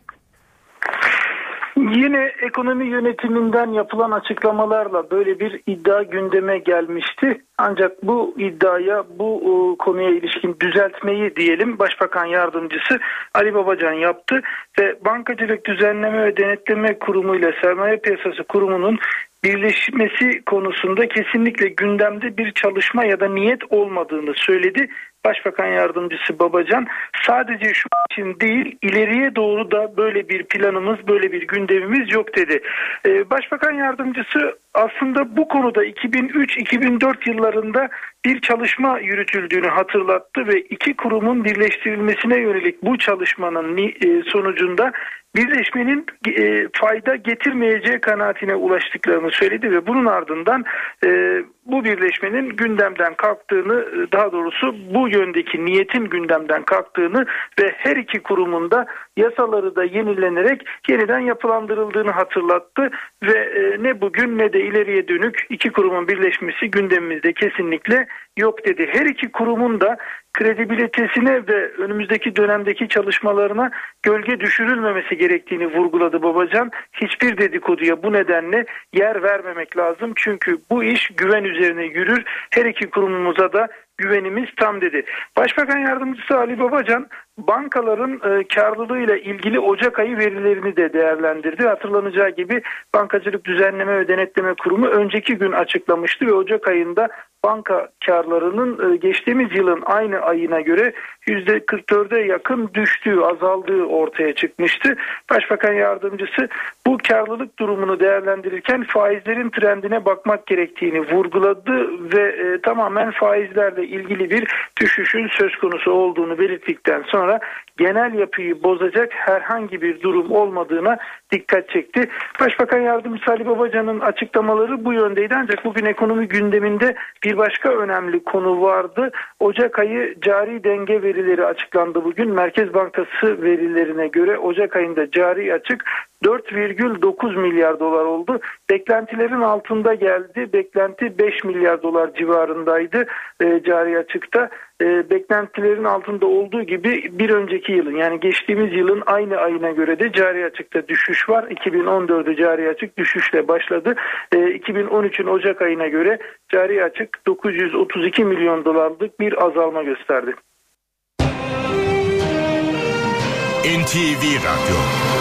Yine ekonomi yönetiminden yapılan açıklamalarla böyle bir iddia gündeme gelmişti. Ancak bu iddiaya, bu konuya ilişkin düzeltmeyi diyelim Başbakan Yardımcısı Ali Babacan yaptı ve Bankacılık Düzenleme ve Denetleme Kurumu ile Sermaye Piyasası Kurumu'nun birleşmesi konusunda kesinlikle gündemde bir çalışma ya da niyet olmadığını söyledi. Başbakan Yardımcısı Babacan sadece şu için değil ileriye doğru da böyle bir planımız, böyle bir gündemimiz yok dedi. Ee, Başbakan Yardımcısı aslında bu konuda iki bin üç iki bin dört yıllarında bir çalışma yürütüldüğünü hatırlattı ve iki kurumun birleştirilmesine yönelik bu çalışmanın sonucunda birleşmenin e, fayda getirmeyeceği kanaatine ulaştıklarını söyledi ve bunun ardından e, bu birleşmenin gündemden kalktığını, daha doğrusu bu yöndeki niyetin gündemden kalktığını ve her iki kurumun da yasaları da yenilenerek yeniden yapılandırıldığını hatırlattı ve e, ne bugün ne de ileriye dönük iki kurumun birleşmesi gündemimizde kesinlikle yok dedi. Her iki kurumun da kredibilitesine ve önümüzdeki dönemdeki çalışmalarına gölge düşürülmemesi gerektiğini vurguladı Babacan. Hiçbir dedikoduya bu nedenle yer vermemek lazım. Çünkü bu iş güven üzerine yürür. Her iki kurumumuza da güvenimiz tam dedi. Başbakan Yardımcısı Ali Babacan bankaların e, karlılığıyla ilgili Ocak ayı verilerini de değerlendirdi. Hatırlanacağı gibi Bankacılık Düzenleme ve Denetleme Kurumu önceki gün açıklamıştı ve Ocak ayında banka karlarının e, geçtiğimiz yılın aynı ayına göre yüzde kırk dörde yakın düştüğü, azaldığı ortaya çıkmıştı. Başbakan Yardımcısı bu karlılık durumunu değerlendirirken faizlerin trendine bakmak gerektiğini vurguladı ve e, tamamen faizlerle ilgili bir düşüşün söz konusu olduğunu belirttikten sonra genel yapıyı bozacak herhangi bir durum olmadığına dikkat çekti. Başbakan Yardımcısı Ali Babacan'ın açıklamaları bu yöndeydi ancak bugün ekonomi gündeminde bir başka önemli konu vardı. Ocak ayı cari denge verileri açıklandı bugün. Merkez Bankası verilerine göre Ocak ayında cari açık dört virgül dokuz milyar dolar oldu. Beklentilerin altında geldi. Beklenti beş milyar dolar civarındaydı e, cari açıkta. E, beklentilerin altında olduğu gibi bir önceki yılın yani geçtiğimiz yılın aynı ayına göre de cari açıkta düşüş var. iki bin on dörtte cari açık düşüşle başladı. E, iki bin on üçün Ocak ayına göre cari açık dokuz yüz otuz iki milyon dolarlık bir azalma gösterdi. N T V Radyo.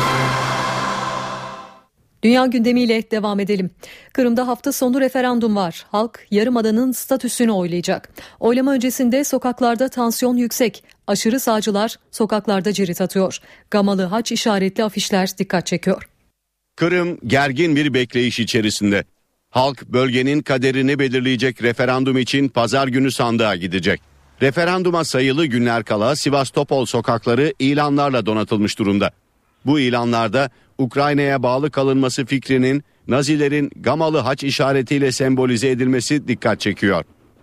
Dünya gündemiyle devam edelim. Kırım'da hafta sonu referandum var. Halk Yarımada'nın statüsünü oylayacak. Oylama öncesinde sokaklarda tansiyon yüksek. Aşırı sağcılar sokaklarda cirit atıyor. Gamalı haç işaretli afişler dikkat çekiyor. Kırım gergin bir bekleyiş içerisinde. Halk bölgenin kaderini belirleyecek referandum için pazar günü sandığa gidecek. Referanduma sayılı günler kala Sivastopol sokakları ilanlarla donatılmış durumda. Bu ilanlarda Ukrayna'ya bağlı kalınması fikrinin Nazilerin Gamalı haç işaretiyle sembolize edilmesi dikkat çekiyor.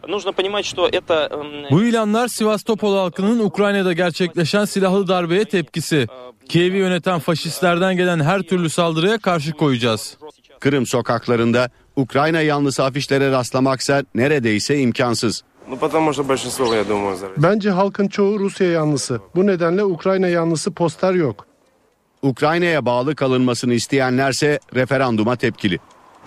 Bu ilanlar Sivastopol halkının Ukrayna'da gerçekleşen silahlı darbeye tepkisi. Kiev'i yöneten faşistlerden gelen her türlü saldırıya karşı koyacağız. Kırım sokaklarında Ukrayna yanlısı afişlere rastlamaksa neredeyse imkansız. Bence halkın çoğu Rusya yanlısı. Bu nedenle Ukrayna yanlısı poster yok. Ukrayna'ya bağlı kalınmasını isteyenlerse referanduma tepkili.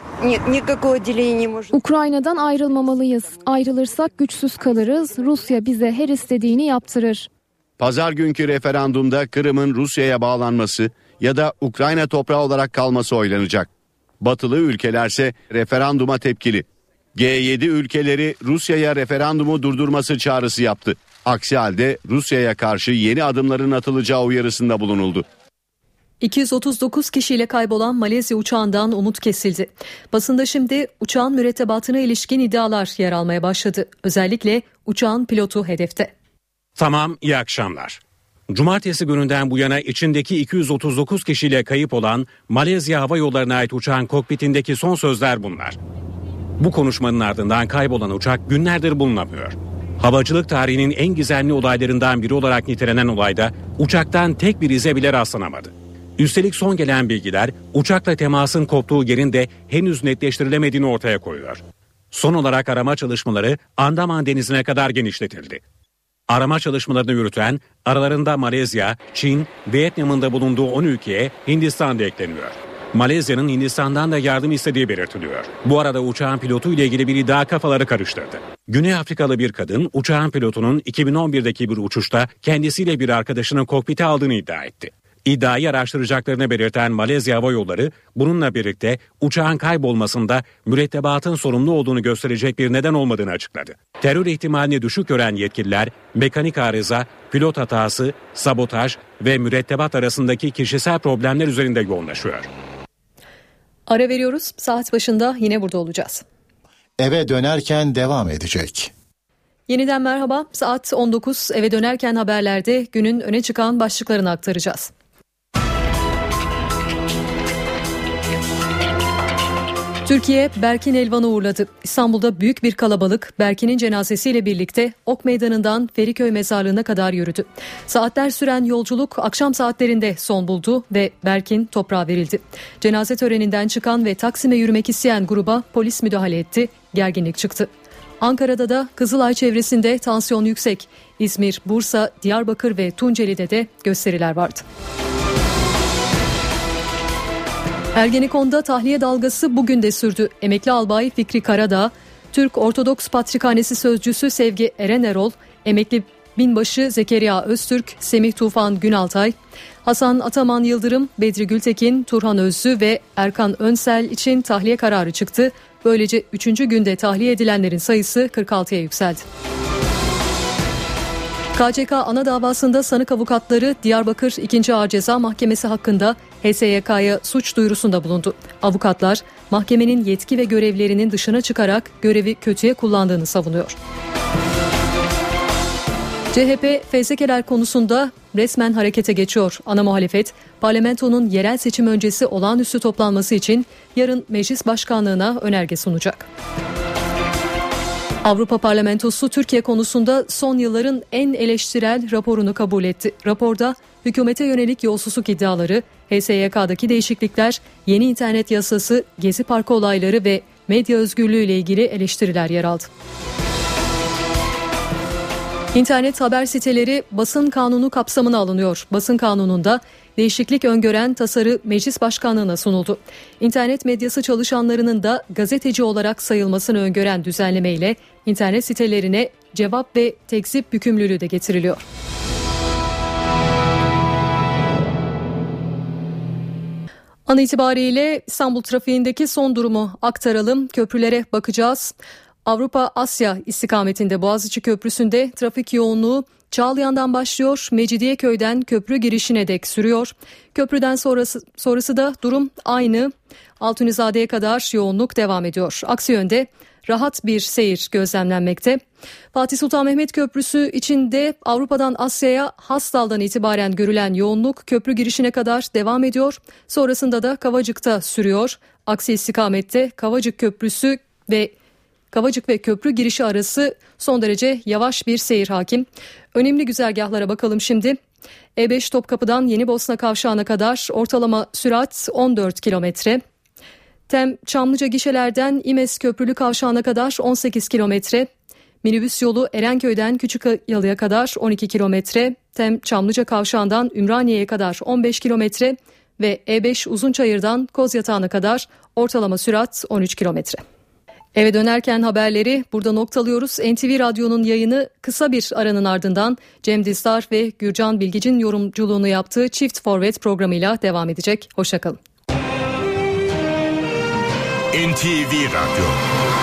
Ukrayna'dan ayrılmamalıyız. Ayrılırsak güçsüz kalırız. Rusya bize her istediğini yaptırır. Pazar günkü referandumda Kırım'ın Rusya'ya bağlanması ya da Ukrayna toprağı olarak kalması oylanacak. Batılı ülkelerse referanduma tepkili. G yedi ülkeleri Rusya'ya referandumu durdurması çağrısı yaptı. Aksi halde Rusya'ya karşı yeni adımların atılacağı uyarısında bulunuldu. iki yüz otuz dokuz kişiyle kaybolan Malezya uçağından umut kesildi. Basında şimdi uçağın mürettebatına ilişkin iddialar yer almaya başladı. Özellikle uçağın pilotu hedefte. Tamam, iyi akşamlar. Cumartesi gününden bu yana içindeki iki yüz otuz dokuz kişiyle kayıp olan Malezya Hava Yolları'na ait uçağın kokpitindeki son sözler bunlar. Bu konuşmanın ardından kaybolan uçak günlerdir bulunamıyor. Havacılık tarihinin en gizemli olaylarından biri olarak nitelenen olayda uçaktan tek bir ize bile rastlanamadı. Üstelik son gelen bilgiler uçakla temasın koptuğu yerin de henüz netleştirilemediğini ortaya koyuyor. Son olarak arama çalışmaları Andaman Denizi'ne kadar genişletildi. Arama çalışmalarını yürüten aralarında Malezya, Çin, Vietnam'ın da bulunduğu on ülkeye Hindistan da ekleniyor. Malezya'nın Hindistan'dan da yardım istediği belirtiliyor. Bu arada uçağın pilotu ile ilgili bir iddia kafaları karıştırdı. Güney Afrikalı bir kadın uçağın pilotunun iki bin on birdeki bir uçuşta kendisiyle bir arkadaşının kokpite aldığını iddia etti. İddiayı araştıracaklarını belirten Malezya Hava Yolları bununla birlikte uçağın kaybolmasında mürettebatın sorumlu olduğunu gösterecek bir neden olmadığını açıkladı. Terör ihtimalini düşük gören yetkililer mekanik arıza, pilot hatası, sabotaj ve mürettebat arasındaki kişisel problemler üzerinde yoğunlaşıyor. Ara veriyoruz. Saat başında yine burada olacağız. Eve dönerken devam edecek. Yeniden merhaba. Saat on dokuz. Eve dönerken haberlerde günün öne çıkan başlıklarını aktaracağız. Türkiye Berkin Elvan'ı uğurladı. İstanbul'da büyük bir kalabalık Berkin'in cenazesiyle birlikte Ok Meydanı'ndan Feriköy Mezarlığı'na kadar yürüdü. Saatler süren yolculuk akşam saatlerinde son buldu ve Berkin toprağa verildi. Cenaze töreninden çıkan ve Taksim'e yürümek isteyen gruba polis müdahale etti. Gerginlik çıktı. Ankara'da da Kızılay çevresinde tansiyon yüksek. İzmir, Bursa, Diyarbakır ve Tunceli'de de gösteriler vardı. Ergenekon'da tahliye dalgası bugün de sürdü. Emekli albay Fikri Karadağ, Türk Ortodoks Patrikhanesi Sözcüsü Sevgi Eren Erol, emekli binbaşı Zekeriya Öztürk, Semih Tufan Günaltay, Hasan Ataman Yıldırım, Bedri Gültekin, Turhan Özlü ve Erkan Önsel için tahliye kararı çıktı. Böylece üçüncü günde tahliye edilenlerin sayısı kırk altıya yükseldi. K C K ana davasında sanık avukatları Diyarbakır ikinci Ağır Ceza Mahkemesi hakkında H S Y K'ya suç duyurusunda bulundu. Avukatlar mahkemenin yetki ve görevlerinin dışına çıkarak görevi kötüye kullandığını savunuyor. C H P fezlekeler konusunda resmen harekete geçiyor. Ana muhalefet parlamentonun yerel seçim öncesi olağanüstü toplanması için yarın meclis başkanlığına önerge sunacak. Avrupa Parlamentosu Türkiye konusunda son yılların en eleştirel raporunu kabul etti. Raporda hükümete yönelik yolsuzluk iddiaları, H S Y K'daki değişiklikler, yeni internet yasası, Gezi Parkı olayları ve medya özgürlüğü ile ilgili eleştiriler yer aldı. İnternet haber siteleri basın kanunu kapsamına alınıyor. Basın kanununda değişiklik öngören tasarı meclis başkanlığına sunuldu. İnternet medyası çalışanlarının da gazeteci olarak sayılmasını öngören düzenlemeyle internet sitelerine cevap ve tekzip yükümlülüğü de getiriliyor. An itibariyle İstanbul trafiğindeki son durumu aktaralım. Köprülere bakacağız. Avrupa-Asya istikametinde Boğaziçi Köprüsü'nde trafik yoğunluğu Çağlayan'dan başlıyor, Mecidiyeköy'den köprü girişine dek sürüyor. Köprüden sonrası, sonrası da durum aynı. Altunizade'ye kadar yoğunluk devam ediyor. Aksi yönde rahat bir seyir gözlemlenmekte. Fatih Sultan Mehmet Köprüsü içinde Avrupa'dan Asya'ya Hastal'dan itibaren görülen yoğunluk köprü girişine kadar devam ediyor. Sonrasında da Kavacık'ta sürüyor. Aksi istikamette Kavacık Köprüsü ve Kavacık ve köprü girişi arası son derece yavaş bir seyir hakim. Önemli güzergahlara bakalım şimdi. E beş Topkapı'dan Yenibosna Kavşağı'na kadar ortalama sürat on dört kilometre. Tem Çamlıca gişelerden İmes Köprülü Kavşağı'na kadar on sekiz kilometre. Minibüs yolu Erenköy'den Küçükyalı'ya kadar on iki kilometre. Tem Çamlıca Kavşağı'ndan Ümraniye'ye kadar on beş kilometre. Ve E beş Uzunçayır'dan Kozyatağı'na kadar ortalama sürat on üç kilometre. Eve dönerken haberleri burada noktalıyoruz. N T V Radyo'nun yayını kısa bir aranın ardından Cem Dizdar ve Gürcan Bilgic'in yorumculuğunu yaptığı Çift Forvet programıyla devam edecek. Hoşça kalın. N T V Radyo